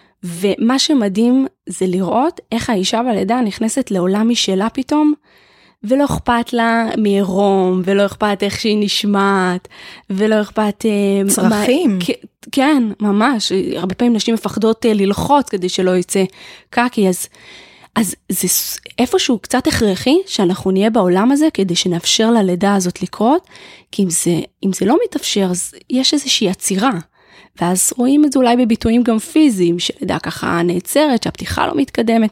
ומה שמדהים זה לראות איך האישה בלידה נכנסת לעולם משלה פתאום, ולא אכפת לה מעירום, ולא אכפת איך שהיא נשמעת, ולא אכפת צרכים. כן, ממש. הרבה פעמים נשים מפחדות ללחוץ כדי שלא יצא קקי, אז זה איפשהו קצת הכרחי שאנחנו נהיה בעולם הזה כדי שנאפשר ללידה הזאת לקרות, כי אם זה לא מתאפשר, אז יש איזושהי עצירה. ואז רואים את זה אולי בביטויים גם פיזיים, שלידה ככה נעצרת, שהפתיחה לא מתקדמת.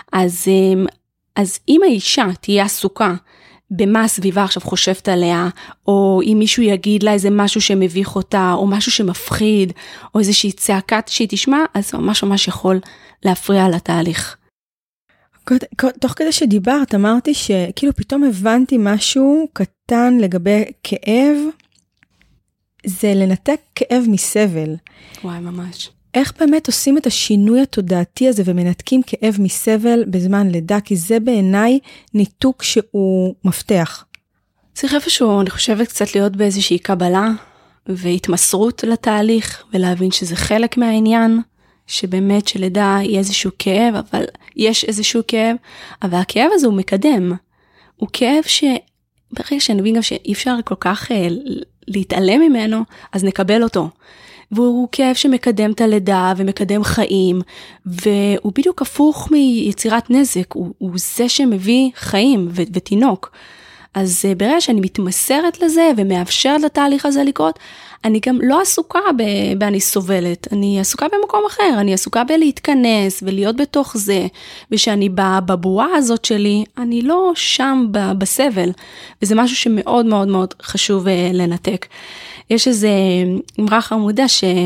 אז אם האישה תהיה עסוקה במה הסביבה עכשיו חושבת עליה, או אם מישהו יגיד לה איזה משהו שמביך אותה, או משהו שמפחיד, או איזושהי צעקה שהיא תשמע, אז ממש ממש יכול להפריע לתהליך. תוך כדי שדיברת, אמרתי שכאילו פתאום הבנתי משהו קטן לגבי כאב, זה לנתק כאב מסבל. וואי, ממש. איך באמת עושים את השינוי התודעתי הזה ומנתקים כאב מסבל בזמן לידה? כי זה בעיניי ניתוק שהוא מפתח. צריך איפשהו, אני חושבת, קצת להיות באיזושהי קבלה והתמסרות לתהליך, ולהבין שזה חלק מהעניין, שבאמת שלידה היא איזשהו כאב, אבל יש איזשהו כאב, אבל הכאב הזה הוא מקדם. הוא כאב ברגע שנבין גם שאי אפשר כל כך להתעלם ממנו, אז נקבל אותו. והוא כאב שמקדם את הלידה ומקדם חיים, והוא בדיוק הפוך מיצירת נזק, הוא זה שמביא חיים ותינוק. אז ברגע שאני מתמסרת לזה ומאפשרת לתהליך הזה לקרות, אני גם לא עסוקה באני סובלת, אני עסוקה במקום אחר, אני עסוקה בלהתכנס ולהיות בתוך זה, ושאני בבועה הזאת שלי, אני לא שם בסבל, וזה משהו שמאוד מאוד מאוד חשוב לנתק. יש איזה אמרה חמודה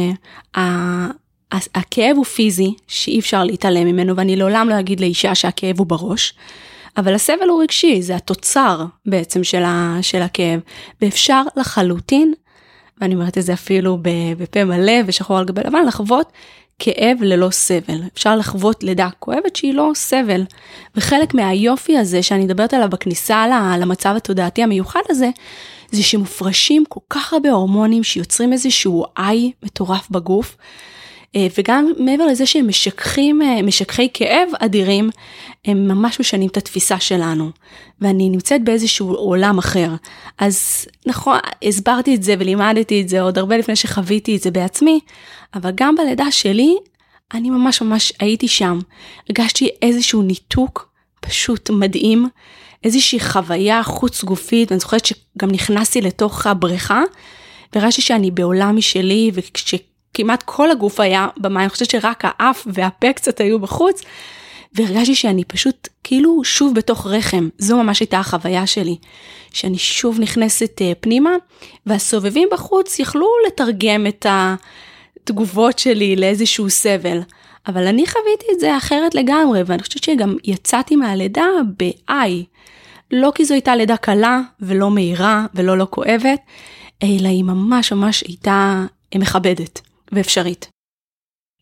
שהכאב הוא פיזי, שאי אפשר להתעלם ממנו, ואני לעולם לא אגיד לאישה שהכאב הוא בראש, אבל הסבל הוא רגשי, זה התוצר בעצם של הכאב, ואפשר לחלוטין, ואני אומרת את זה אפילו בפה מלא ושחור על גבי לבן, לחוות כאב ללא סבל. אפשר לחוות לידה כואבת שהיא לא סבל. וחלק מהיופי הזה שאני מדברת עליו בכניסה למצב התודעתי המיוחד הזה, זה שמופרשים כל כך הרבה הורמונים שיוצרים איזשהו איי מטורף בגוף, וגם מעבר לזה שהם משככי כאב אדירים, הם ממש משנים את התפיסה שלנו, ואני נמצאת באיזשהו עולם אחר. אז נכון, הסברתי את זה ולימדתי את זה עוד הרבה לפני שחוויתי את זה בעצמי, אבל גם בלידה שלי, אני ממש ממש הייתי שם. הרגשתי איזשהו ניתוק פשוט מדהים, איזושהי חוויה חוץ גופית, ואני זוכרת שגם נכנסתי לתוך הבריכה, וראיתי שאני בעולם משלי, וכמעט כל הגוף היה במים, אני חושבת שרק האף והפה קצת היו בחוץ, והרגשתי שאני פשוט כאילו שוב בתוך רחם, זו ממש הייתה החוויה שלי, שאני שוב נכנסת פנימה, והסובבים בחוץ יכלו לתרגם את התגובות שלי לאיזשהו סבל, אבל אני חוויתי את זה אחרת לגמרי, ואני חושבת שגם יצאתי מהלידה ב-I, לא כי זו הייתה לידה קלה, ולא מהירה, ולא לא כואבת, אלא היא ממש ממש הייתה מכבדת ואפשרית.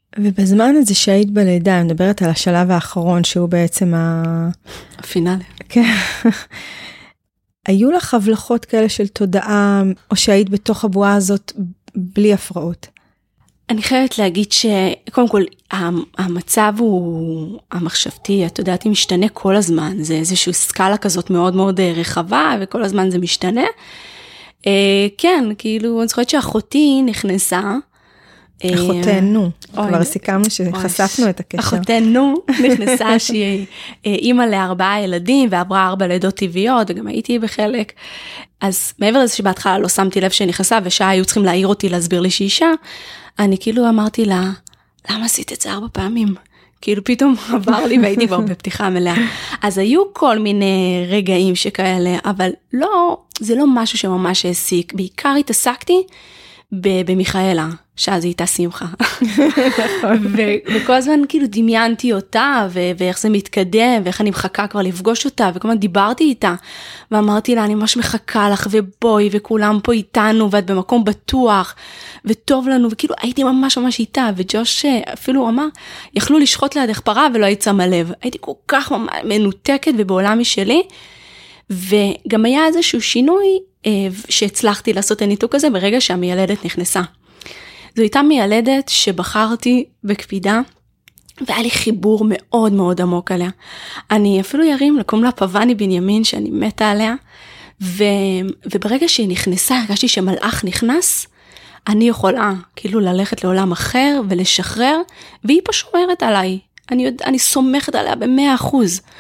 ובזמן הזה שהיית בלידה, אני מדברת על השלב האחרון, שהוא בעצם הפינאלי. כן. היו לך הבלחות כאלה של תודעה, או שהיית בתוך הבועה הזאת בלי הפרעות? אני חייבת להגיד שקודם כל, המצב הוא המחשבתי, את יודעת, היא משתנה כל הזמן, זה איזושהי סקאלה כזאת מאוד מאוד רחבה, וכל הזמן זה משתנה. כן, כאילו, אני זוכרת שאחותי נכנסה, אחותנו, כבר סיכמנו שחשפנו את הקשר. אחותנו נכנסה שהיא אימא ל4 ילדים, ועברה 4 לידות טבעיות, וגם הייתי בחלק. אז מעבר לזה שבהתחלה לא שמתי לב שנכנסה, ושעה היו צריכים להעיר אותי, להסביר לי שהיא אישה, אני כאילו אמרתי לה, למה עשית את זה 4 פעמים? כאילו פתאום עבר לי והייתי כבר בפתיחה מלאה. אז היו כל מיני רגעים שכאלה, אבל לא, זה לא משהו שממש העסיק. בעיקר התעסקתי במיכאלה, שאז היא הייתה שמחה. וכל הזמן כאילו דמיינתי אותה, ואיך זה מתקדם, ואיך אני מחכה כבר לפגוש אותה, וכל הזמן דיברתי איתה, ואמרתי לה, אני ממש מחכה לך, ובואי, וכולם פה איתנו, ואת במקום בטוח, וטוב לנו, וכאילו הייתי ממש ממש איתה, וג'וש אפילו אמר, יכלו לשחוט לידך פרה, ולא היית שמה לב. הייתי כל כך מנותקת, ובעולם משלי, וגם היה איזשהו שינוי, שהצלחתי לעשות את הניתוק הזה, ברגע שהמיילדת נכנסה. זו הייתה מיילדת שבחרתי בקפידה, והיה לי חיבור מאוד מאוד עמוק עליה. אני אפילו ירים לקום לה פבני בנימין, שאני מתה עליה, וברגע שהיא נכנסה, הרגשתי שמלאך נכנס, אני יכולה כאילו ללכת לעולם אחר ולשחרר, והיא פה שומרת עליי. אני סומכת עליה ב100%.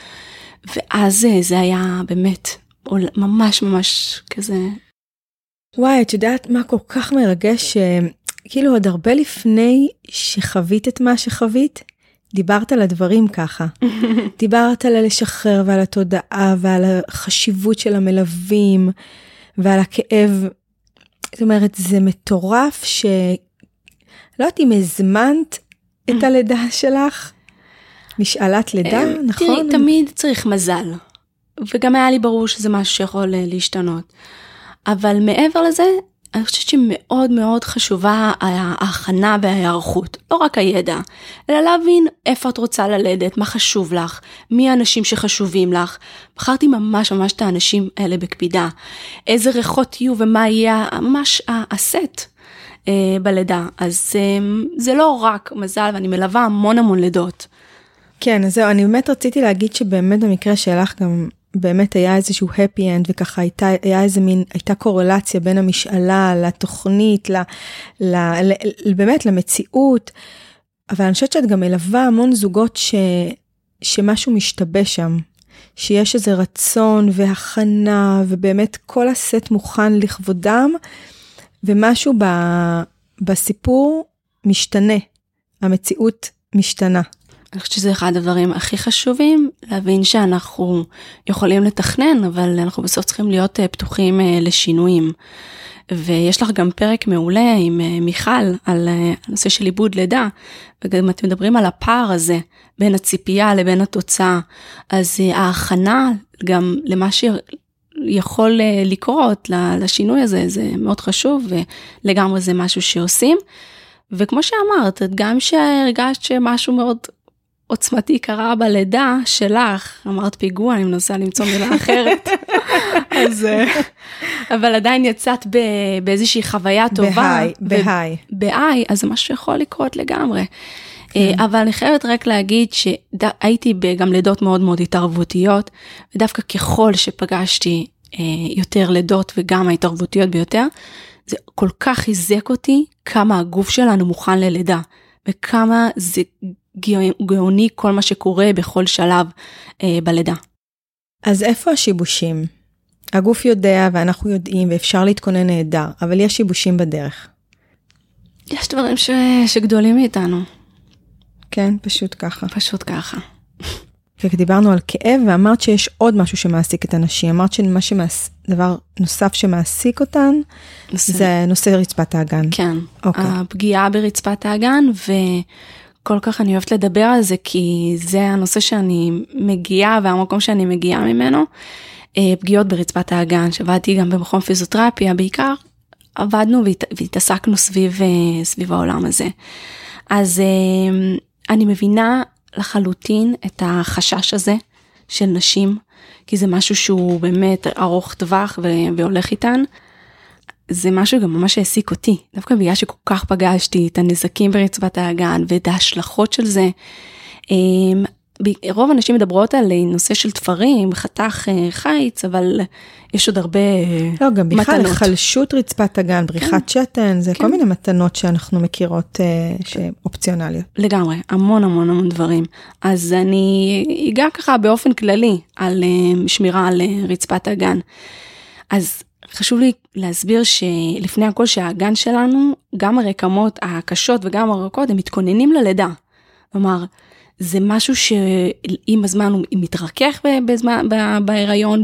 ואז זה היה באמת ממש ממש כזה. וואי, את יודעת מה כל כך מרגש, כאילו עוד הרבה לפני שחווית את מה שחווית, דיברת על הדברים ככה. דיברת על לשחרר ועל התודעה ועל החשיבות של המלווים ועל הכאב. זאת אומרת, זה מטורף לא יודעת אם הזמנת את הלידה שלך, משאלת לידה, נכון? תראי, תמיד צריך מזל. וגם היה לי ברור שזה משהו שיכול להשתנות. אבל מעבר לזה, אני חושבת שמאוד מאוד חשובה ההכנה וההיערכות. לא רק הידע, אלא להבין איפה את רוצה ללדת, מה חשוב לך, מי האנשים שחשובים לך. בחרתי ממש ממש את האנשים האלה בקפידה. איזה ריחות יהיו ומה יהיה ממש הסט בלידה. אז זה לא רק מזל, ואני מלווה המון לידות. כן, אז זהו, אני באמת רציתי להגיד שבאמת במקרה שלך גם באמת היה איזשהו happy end, וככה הייתה קורלציה בין המשאלה לתוכנית, באמת למציאות, אבל אני חושבת שאת גם מלווה המון זוגות שמשהו משתבש שם, שיש איזה רצון והכנה, ובאמת כל הסט מוכן לכבודם, ומשהו בסיפור משתנה, המציאות משתנה. אני חושבת שזה אחד הדברים הכי חשובים, להבין שאנחנו יכולים לתכנן, אבל אנחנו בסוף צריכים להיות פתוחים לשינויים. ויש לך גם פרק מעולה עם מיכל על הנושא של עיבוד לידה, וגם אתם מדברים על הפער הזה, בין הציפייה לבין התוצאה. אז ההכנה גם למה שיכול לקרות לשינוי הזה, זה מאוד חשוב, ולגמרי זה משהו שעושים. וכמו שאמרת, גם שהרגשת שמשהו מאוד עוצמתי קרה בלידה שלך, אמרת פיגוע, אני מנסה למצוא מילה אחרת, אבל עדיין יצאת באיזושהי חוויה טובה. בהיי, אז זה משהו שיכול לקרות לגמרי. אבל אני חייבת רק להגיד שהייתי גם לידות מאוד מאוד התערבותיות, ודווקא ככל שפגשתי יותר לידות וגם ההתערבותיות ביותר, זה כל כך חיזק אותי כמה הגוף שלנו מוכן ללידה, וכמה זה גאוני כל מה שקורה בכל שלב בלידה. אז איפה השיבושים? הגוף יודע ואנחנו יודעים ואפשר להתכונן נהדר, אבל יש שיבושים בדרך. יש דברים שגדולים מאיתנו. כן, פשוט ככה. פשוט ככה. ודיברנו על כאב ואמרת שיש עוד משהו שמעסיק את הנשים. אמרת דבר נוסף שמעסיק אותן, זה נושא רצפת האגן. כן, הפגיעה ברצפת האגן, וכל כך אני אוהבת לדבר על זה, כי זה הנושא שאני מגיעה, והמקום שאני מגיעה ממנו, פגיעות ברצפת האגן, שעבדתי גם במכון פיזיותרפיה, בעיקר עבדנו והתעסקנו סביב העולם הזה. אז אני מבינה לחלוטין את החשש הזה של נשים, כי זה משהו שהוא באמת ארוך טווח והולך איתן. זה משהו גם ממש העסיק אותי, דווקא בגלל שכל כך פגשתי את הנזקים ברצפת האגן ואת ההשלכות של זה. רוב הנשים מדברות על נושא של תפרים, חתך חיץ, אבל יש עוד הרבה מתנות. לא, גם בכלל, חלשות רצפת אגן, בריחת שתן, זה כל מיני מתנות שאנחנו מכירות שאופציונליות. לגמרי, המון המון המון דברים. אז אני אגע ככה באופן כללי על שמירה על רצפת אגן. אז חשוב לי להסביר שלפני הכל שהאגן שלנו, גם הרקמות הקשות וגם הרכות, הם מתכוננים ללידה. כלומר, זה משהו שעם הזמן הוא מתרכך בהיריון,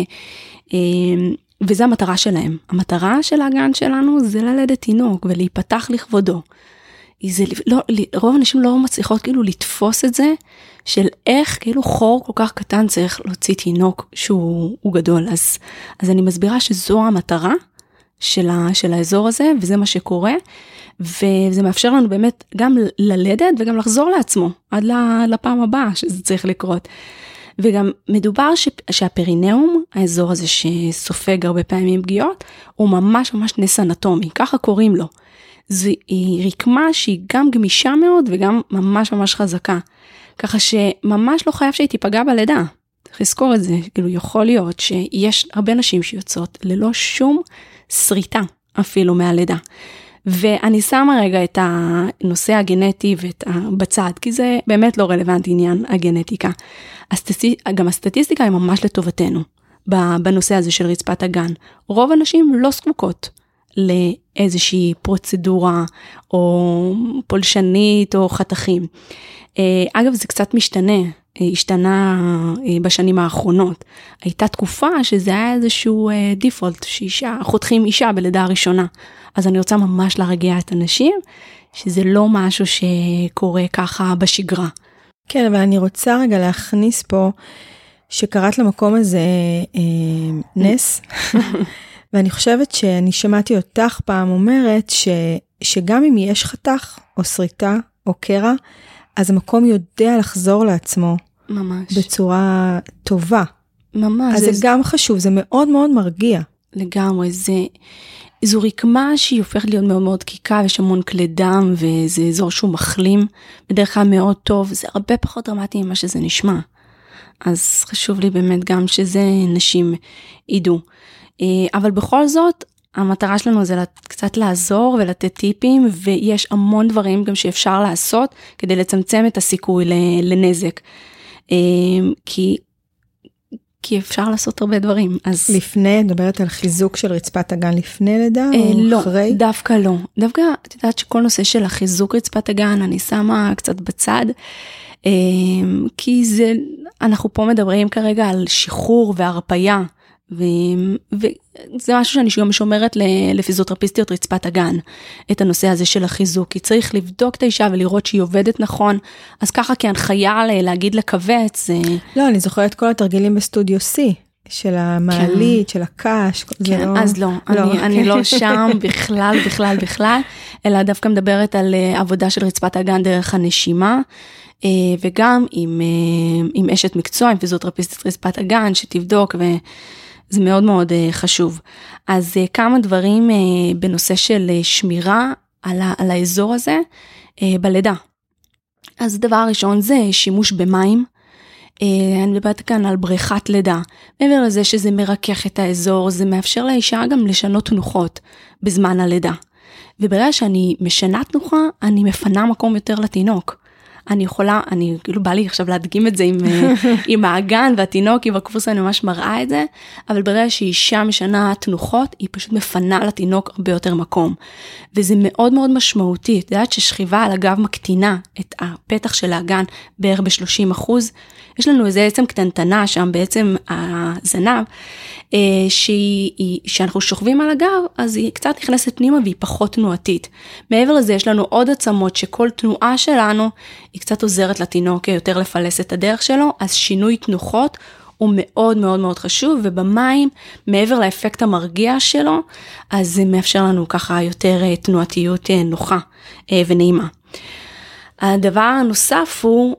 וזה המטרה שלהם. המטרה של האגן שלנו זה ללדת תינוק ולהיפתח לכבודו. רוב האנשים לא מצליחות כאילו לתפוס את זה, של איך כאילו חור כל כך קטן צריך להוציא תינוק שהוא גדול. אז אני מסבירה שזו המטרה של האזור הזה, וזה מה שקורה, וזה מאפשר לנו באמת גם ללדת וגם לחזור לעצמו, עד לפעם הבאה שזה צריך לקרות. וגם מדובר שהפרינאום, האזור הזה שסופג הרבה פעמים פגיעות, הוא ממש ממש נס אנטומי, ככה קוראים לו. זו רקמה שהיא גם גמישה מאוד וגם ממש ממש חזקה. ככה שממש לא חייב שהיא תיפגע בלידה. צריך לזכור את זה, כאילו יכול להיות שיש הרבה נשים שיוצאות ללא שום שריטה אפילו מהלידה. ואני שמה רגע את הנושא הגנטי בצד, כי זה באמת לא רלוונטי עניין הגנטיקה. גם הסטטיסטיקה היא ממש לטובתנו בנושא הזה של רצפת אגן. רוב הנשים לא זקוקות לאיזושהי פרוצדורה או פולשנית או חתכים. אגב, זה קצת השתנה בשנים האחרונות. הייתה תקופה שזה היה איזשהו דיפולט, חותכים אישה בלידה הראשונה. אז אני רוצה ממש להרגיע את הנשים, שזה לא משהו שקורה ככה בשגרה. כן, אבל אני רוצה רגע להכניס פה, שקראת למקום הזה נס, ואני חושבת שאני שמעתי אותך פעם אומרת, שגם אם יש חתך, או שריטה, או קרע, אז המקום יודע לחזור לעצמו. ממש. בצורה טובה. ממש. אז זה גם חשוב, זה מאוד מאוד מרגיע. לגמרי, זו רקמה שהיא הופכת להיות מאוד מאוד דקיקה, יש המון כלי דם, וזה אזור שהוא מחלים, בדרך כלל מאוד טוב, זה הרבה פחות דרמטי ממה שזה נשמע. אז חשוב לי באמת גם שזה נשים ידעו. אבל בכל זאת, המטרה שלנו זה קצת לעזור ולתת טיפים, ויש המון דברים גם שאפשר לעשות, כדי לצמצם את הסיכוי לנזק. כי אפשר לעשות הרבה דברים. אז לפני, מדברת על חיזוק של רצפת אגן לפני לידה או לא, אחרי? דווקא לא. דווקא, את יודעת שכל נושא של החיזוק רצפת אגן, אני שמה קצת בצד, כי אנחנו פה מדברים כרגע על שחרור והרפיה, וזה משהו שאני גם שומרת לפיזיותרפיסטיות רצפת אגן, את הנושא הזה של החיזוק, כי צריך לבדוק את האישה ולראות שהיא עובדת נכון, אז ככה כהנחיה להגיד לכווץ. לא, אני זוכרת כל התרגילים בסטודיו C, של המעלית, של הקש, כן, אז לא, אני לא שם בכלל, אלא דווקא מדברת על עבודה של רצפת אגן דרך הנשימה, וגם עם אשת מקצוע, עם פיזיותרפיסטית רצפת אגן, שתבדוק, וזה מאוד מאוד חשוב. אז כמה דברים בנושא של שמירה על האזור הזה בלידה. אז הדבר הראשון זה שימוש במים, אני מדברת כאן על בריכת לידה. מעבר לזה שזה מרכך את האזור, זה מאפשר לאישה גם לשנות תנוחות בזמן הלידה. וברגע שאני משנה תנוחה, אני מפנה מקום יותר לתינוק. כאילו בא לי עכשיו להדגים את זה עם האגן והתינוק, עם הקורס אני ממש מראה את זה, אבל ברגע שאישה משנה תנוחות, היא פשוט מפנה לתינוק הרבה יותר מקום. וזה מאוד מאוד משמעותי, את יודעת ששכיבה על הגב מקטינה את הפתח של האגן בערך ב-30%, יש לנו איזה עצם קטנטנה שם בעצם הזנב, שאנחנו שוכבים על הגב, אז היא קצת נכנסת פנימה והיא פחות תנועתית. מעבר לזה יש לנו עוד עצמות שכל תנועה שלנו היא קצת עוזרת לתינוק יותר לפלס את הדרך שלו, אז שינוי תנוחות הוא מאוד מאוד מאוד חשוב, ובמים, מעבר לאפקט המרגיע שלו, אז זה מאפשר לנו ככה יותר תנועתיות נוחה ונעימה. הדבר הנוסף הוא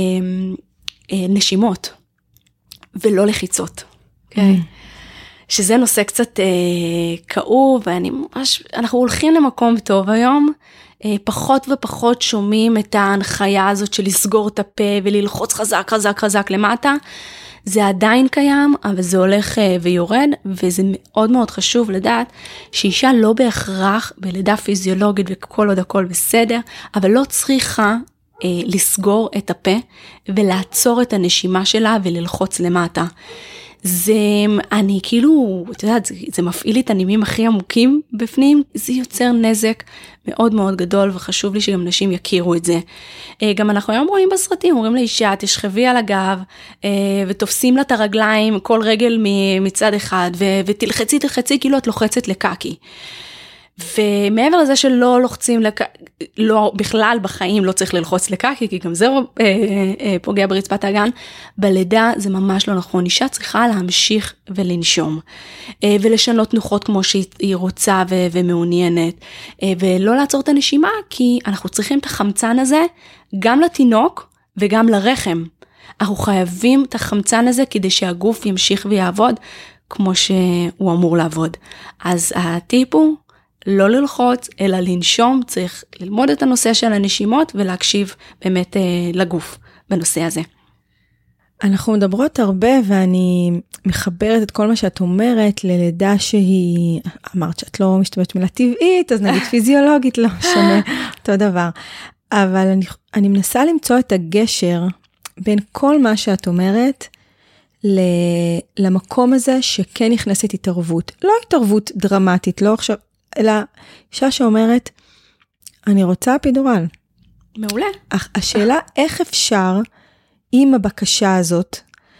נשימות, ולא לחיצות. שזה נושא קצת כאוב, אנחנו הולכים למקום טוב היום, פחות ופחות שומעים את ההנחיה הזאת של לסגור את הפה וללחוץ חזק חזק חזק למטה. זה עדיין קיים, אבל זה הולך ויורד, וזה מאוד מאוד חשוב לדעת שאישה לא בהכרח בלידה פיזיולוגית וכל עוד הכל בסדר, אבל לא צריכה לסגור את הפה ולעצור את הנשימה שלה וללחוץ למטה. זה, אני כאילו, את יודעת, זה מפעיל לי את הנימים הכי עמוקים בפנים, זה יוצר נזק מאוד מאוד גדול, וחשוב לי שגם נשים יכירו את זה. גם אנחנו היום רואים בסרטים, אומרים לאישה, תשכבי על הגב, ותופסים לה את הרגליים, כל רגל מצד אחד, ותלחצי כאילו את לוחצת לקקי. ומעבר לזה שלא לוחצים, לא, בכלל בחיים לא צריך ללחוץ לקקי, כי גם זה פוגע ברצפת האגן, בלידה זה ממש לא נכון, אישה צריכה להמשיך ולנשום, ולשנות תנוחות כמו שהיא רוצה ומעוניינת, ולא לעצור את הנשימה, כי אנחנו צריכים את החמצן הזה, גם לתינוק וגם לרחם. אנחנו חייבים את החמצן הזה, כדי שהגוף ימשיך ויעבוד, כמו שהוא אמור לעבוד. אז הטיפ הוא, לא ללחוץ, אלא לנשום, צריך ללמוד את הנושא של הנשימות, ולהקשיב באמת לגוף בנושא הזה. אנחנו מדברות הרבה, ואני מחברת את כל מה שאת אומרת, ללידה שהיא, אמרת שאת לא משתמשת מילה טבעית, אז נגיד פיזיולוגית, לא משנה, אותו דבר. אבל אני מנסה למצוא את הגשר, בין כל מה שאת אומרת, למקום הזה, שכן נכנסת התערבות. לא התערבות דרמטית, לא עכשיו, אלא אישה שאומרת, אני רוצה אפידורל. מעולה. השאלה, איך אפשר, עם הבקשה הזאת,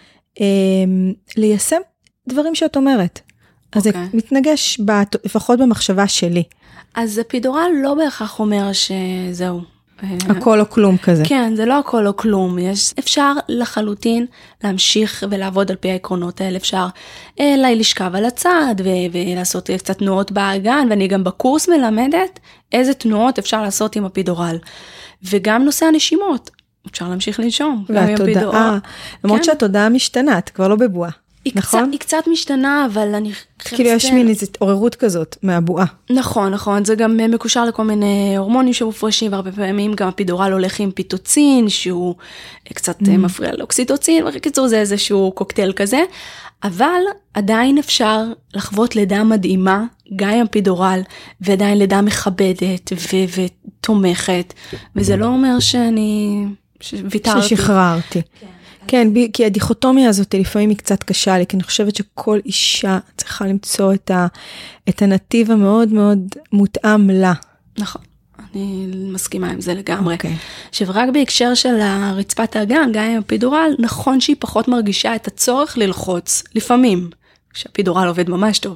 ליישם דברים שאת אומרת. אז זה מתנגש, לפחות במחשבה שלי. אז אפידורל לא בהכרח אומר שזהו. הכל או כלום כזה. כן, זה לא הכל או כלום. אפשר לחלוטין להמשיך ולעבוד על פי העקרונות האלה. אפשר לשכב על הצד ולעשות קצת תנועות באגן, ואני גם בקורס מלמדת איזה תנועות אפשר לעשות עם אפידורל. וגם נושא הנשימות. אפשר להמשיך לנשום. והתודעה, למרות שהתודעה משתנה, את כבר לא בבועה. נכון? היא קצת משתנה, אבל אני כאילו יש מין איזו עוררות כזאת מהבועה. נכון, נכון. זה גם מקושר לכל מיני הורמונים שמופרשים, והרבה פעמים גם הפידורל הולך עם פיטוצין, שהוא קצת מפריע לאוקסיטוצין, ובקיצור זה איזשהו קוקטייל כזה, אבל עדיין אפשר לחוות לידה מדהימה, גם עם הפידורל, ועדיין לידה מכבדת ותומכת, וזה לא אומר שאני ויתרתי. ששחררתי. כן, כי הדיכוטומיה הזאת לפעמים היא קצת קשה לי, כי אני חושבת שכל אישה צריכה למצוא את הנתיב המאוד מאוד מותאם לה. נכון, אני מסכימה עם זה לגמרי. שרק בהקשר של רצפת האגן, גם עם הפידורל, נכון שהיא פחות מרגישה את הצורך ללחוץ, לפעמים, שהפידורל עובד ממש טוב.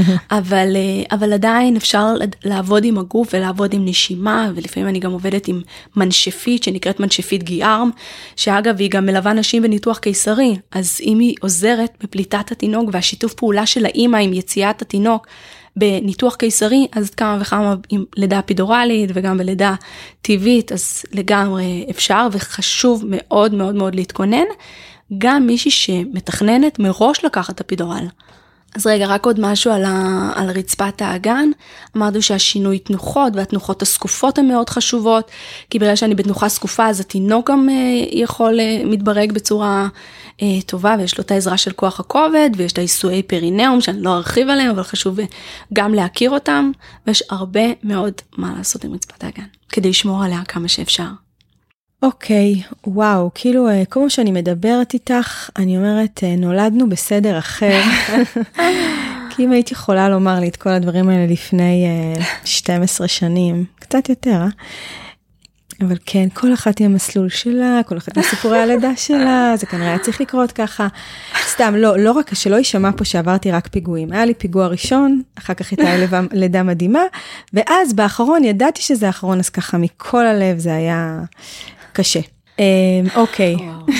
אבל עדיין אפשר לעבוד עם הגוף ולעבוד עם נשימה, ולפעמים אני גם עובדת עם מנשפית, שנקראת מנשפית גיארם, שאגב היא גם מלווה נשים בניתוח קיסרי, אז אם היא עוזרת בפליטת התינוק, והשיתוף פעולה של האמא עם יציאת התינוק בניתוח קיסרי, אז כמה וכמה עם לידה אפידורלית, וגם בלידה טבעית, אז לגמרי אפשר, וחשוב מאוד מאוד מאוד להתכונן, גם מישהי שמתכננת מראש לקחת אפידורל. אז רגע, רק עוד משהו על רצפת האגן. אמרנו שהשינוי תנוחות, והתנוחות הסקופות הן מאוד חשובות, כי ברגע שאני בתנוחה סקופה, אז התינוק גם יכול מתברג בצורה טובה, ויש לו את העזרה של כוח הכובד, ויש את העיסויי פרינאום, שאני לא ארחיב עליהם, אבל חשוב גם להכיר אותם, ויש הרבה מאוד מה לעשות עם רצפת האגן, כדי לשמור עליה כמה שאפשר. אוקיי, וואו, כאילו, כמו שאני מדברת איתך, אני אומרת, נולדנו בסדר אחר. כי אם הייתי יכולה לומר לי את כל הדברים האלה לפני 12 שנים, קצת יותר, אבל כן, כל אחת היא המסלול שלה, כל אחת מסיפורי הלידה שלה, זה כנראה צריך לקרות ככה. סתם, לא רק שלא יישמע פה שעברתי רק פיגועים. היה לי פיגוע ראשון, אחר כך הייתה לידה מדהימה, ואז באחרון ידעתי שזה האחרון, אז ככה מכל הלב זה היה קשה. אוקיי.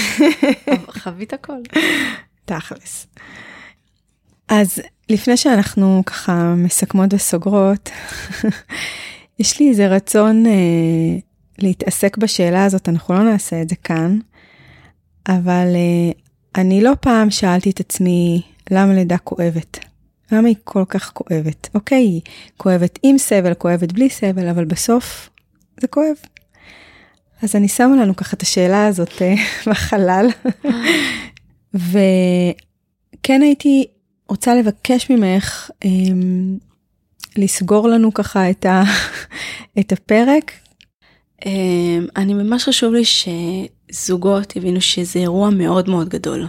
חווית הכל. תכלס. אז לפני שאנחנו ככה מסכמות וסוגרות, יש לי איזה רצון להתעסק בשאלה הזאת, אנחנו לא נעשה את זה כאן, אבל אני לא פעם שאלתי את עצמי, למה לידה כואבת? למה היא כל כך כואבת? אוקיי, היא כואבת עם סבל, כואבת בלי סבל, אבל בסוף זה כואב. אז אני שמה לנו ככה את השאלה הזאת בחלל, וכן הייתי רוצה לבקש ממך לסגור לנו ככה את הפרק. אני ממש חשוב לי שזוגות יבינו שזה אירוע מאוד מאוד גדול,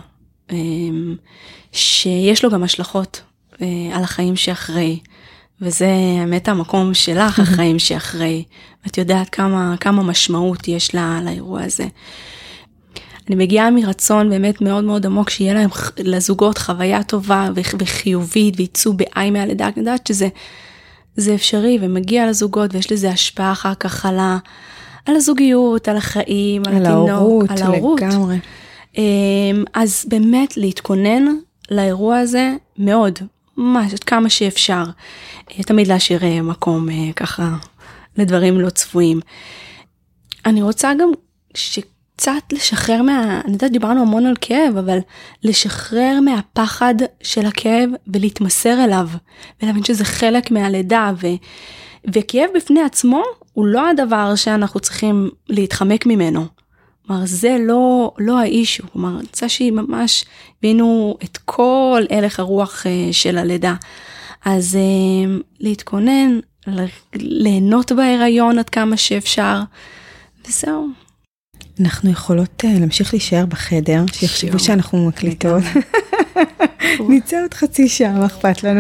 שיש לו גם השלכות על החיים שאחרי, וזה האמת המקום שלך, החיים שאחרי, ואת יודעת כמה משמעות יש לאירוע הזה. אני מגיעה מרצון באמת מאוד מאוד עמוק, שיהיה להם לזוגות חוויה טובה וחיובית, וייצאו בעי מהלידה, אני יודעת שזה אפשרי, ומגיע לזוגות, ויש לזה השפעה אחר כך על הזוגיות, על החיים, על התינוק, על ההורות. לגמרי. אז באמת להתכונן לאירוע הזה מאוד, ממש, כמה שאפשר. תמיד להשאיר מקום ככה לדברים לא צפויים. אני רוצה גם שקצת לשחרר אני יודעת, דיברנו המון על כאב, אבל לשחרר מהפחד של הכאב ולהתמסר אליו, ולהבין שזה חלק מהלידה, וכאב בפני עצמו הוא לא הדבר שאנחנו צריכים להתחמק ממנו. כלומר, זה לא האישו. כלומר, רוצה שהיא ממש בינו את כל הלך הרוח של הלידה. אז להתכונן, ליהנות בהיריון עד כמה שאפשר, וזהו. אנחנו יכולות להמשיך להישאר בחדר, שיחשבו שאנחנו מקליטות. נצא עוד חצי שעה, מה אכפת לנו?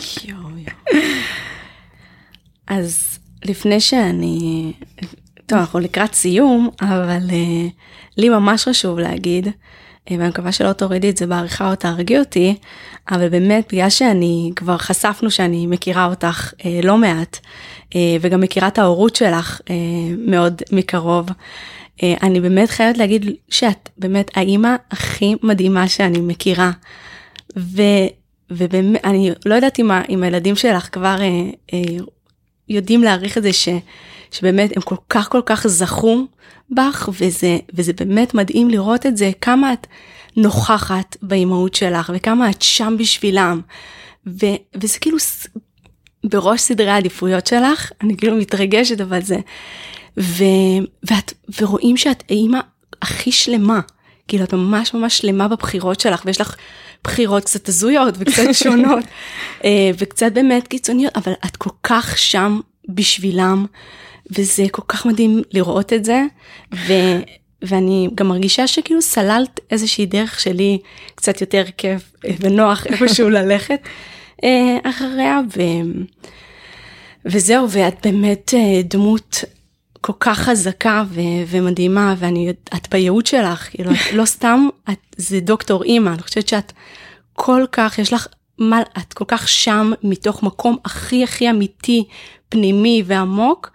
אז לפני טוב, אנחנו לקראת סיום, אבל לי ממש חשוב להגיד, ואני מקווה שלא תורידי את זה בעריכה או תהרגי אותי, אבל באמת בגלל שאני כבר חשפנו שאני מכירה אותך לא מעט, וגם מכירה את ההורות שלך מאוד מקרוב, אני באמת חייבת להגיד שאת באמת האימא הכי מדהימה שאני מכירה, ובאמת אני לא יודעת אם הילדים שלך כבר יודעים להעריך את זה שבאמת הם כל כך זכו בך, וזה באמת מדהים לראות את זה, כמה את נוכחת באימהות שלך, וכמה את שם בשבילם, וזה כאילו בראש סדרי העדיפויות שלך, אני כאילו מתרגשת, אבל זה, ורואים שאת האימא הכי שלמה, כאילו את ממש ממש שלמה בבחירות שלך, ויש לך בחירות קצת הזויות, וקצת שונות, וקצת באמת קיצוניות, אבל את כל כך שם בשבילם, וזה כל כך מדהים לראות את זה, ואני גם מרגישה שכאילו סללת איזושהי דרך שלי, קצת יותר כיף ונוח איפשהו ללכת אחריה, וזהו, ואת באמת דמות כל כך חזקה ומדהימה, ואת בייעוד שלך, כאילו, לא סתם, זה דוקטור אימא, אני חושבת שאת כל כך, יש לך, את כל כך שם מתוך מקום הכי הכי אמיתי, פנימי ועמוק,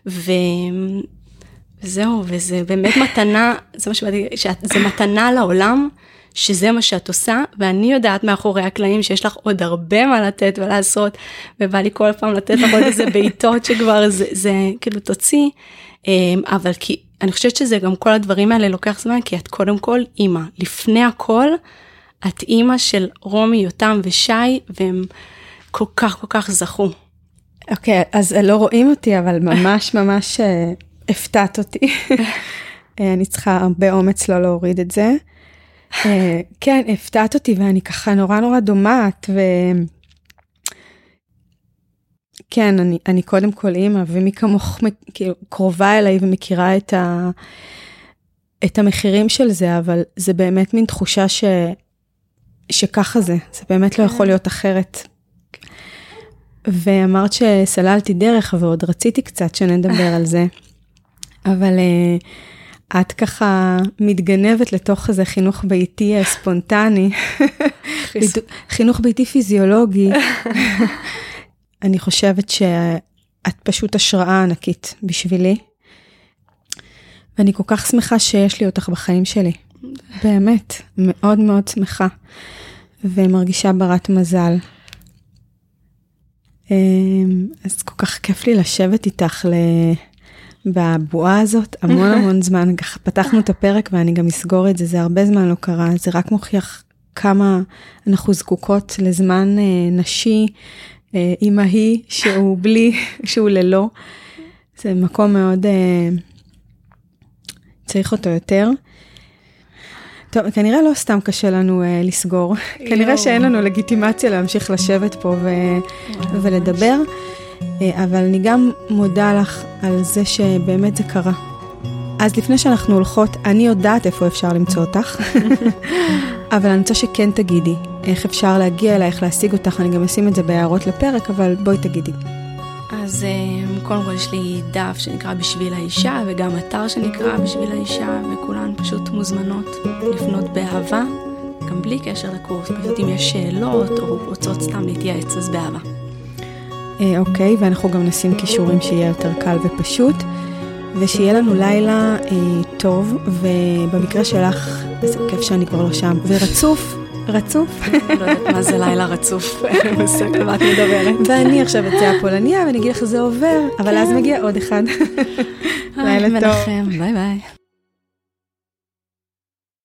וזהו, וזה באמת מתנה, זה מה שבאתי, זה מתנה לעולם, שזה מה שאת עושה, ואני יודעת מאחורי הקלעים שיש לך עוד הרבה מה לתת ולעשות, ובא לי כל פעם לתת לך עוד איזה בעיטות שכבר זה כאילו תוציא, אבל כי אני חושבת שזה גם כל הדברים האלה לוקח זמן, כי את קודם כל אימא, לפני הכל, את אימא של רומי, יותם ושי, והם כל כך זכו. אוקיי, אז לא רואים אותי, אבל ממש ממש הפתעת אותי. אני צריכה הרבה אומץ לא להוריד את זה. כן, הפתעת אותי, ואני ככה נורא דומעת, כן, אני קודם כל אימא, ומי כמוך קרובה אליי ומכירה את המחירים של זה, אבל זה באמת מין תחושה שככה זה באמת לא יכול להיות אחרת. ואמרת שסללתי דרך, ועוד רציתי קצת שנדבר על זה, אבל את ככה מתגנבת לתוך איזה חינוך ביתי ספונטני, חינוך ביתי פיזיולוגי. אני חושבת שאת פשוט השראה ענקית בשבילי, ואני כל כך שמחה שיש לי אותך בחיים שלי. באמת, מאוד מאוד שמחה, ומרגישה ברת מזל. אז כל כך כיף לי לשבת איתך בבועה הזאת המון המון זמן, פתחנו את הפרק ואני גם אסגור את זה, זה הרבה זמן לא קרה, זה רק מוכיח כמה אנחנו זקוקות לזמן נשי, אימהי, שהוא בלי, שהוא ללא, זה מקום מאוד, צריך אותו יותר. טוב, כנראה לא סתם קשה לנו לסגור, כנראה שאין לנו לגיטימציה להמשיך לשבת פה ולדבר, אבל אני גם מודה לך על זה שבאמת זה קרה. אז לפני שאנחנו הולכות, אני יודעת איפה אפשר למצוא אותך, אבל אני רוצה שכן תגידי איך אפשר להגיע אלייך, להשיג אותך, אני גם אשים את זה בהערות לפרק, אבל בואי תגידי. אז קודם כל יש לי דף שנקרא בשביל האישה, וגם אתר שנקרא בשביל האישה, וכולן פשוט מוזמנות לפנות באהבה, גם בלי קשר לקורס, פשוט אם יש שאלות או רוצות סתם להתייעץ, אז באהבה. אוקיי, ואנחנו גם נשים קישורים שיהיה יותר קל ופשוט, ושיהיה לנו לילה טוב, ובמקרה שלך, זה כיף שאני כבר לא שם, ורצוף, רצוף. לא יודעת מה זה לילה רצוף, בסדר, מה את מדברת. ואני עכשיו אצא הפולניה, ואני אגיד לך שזה עובר, אבל אז מגיע עוד אחד. לילה טוב. ביי ביי.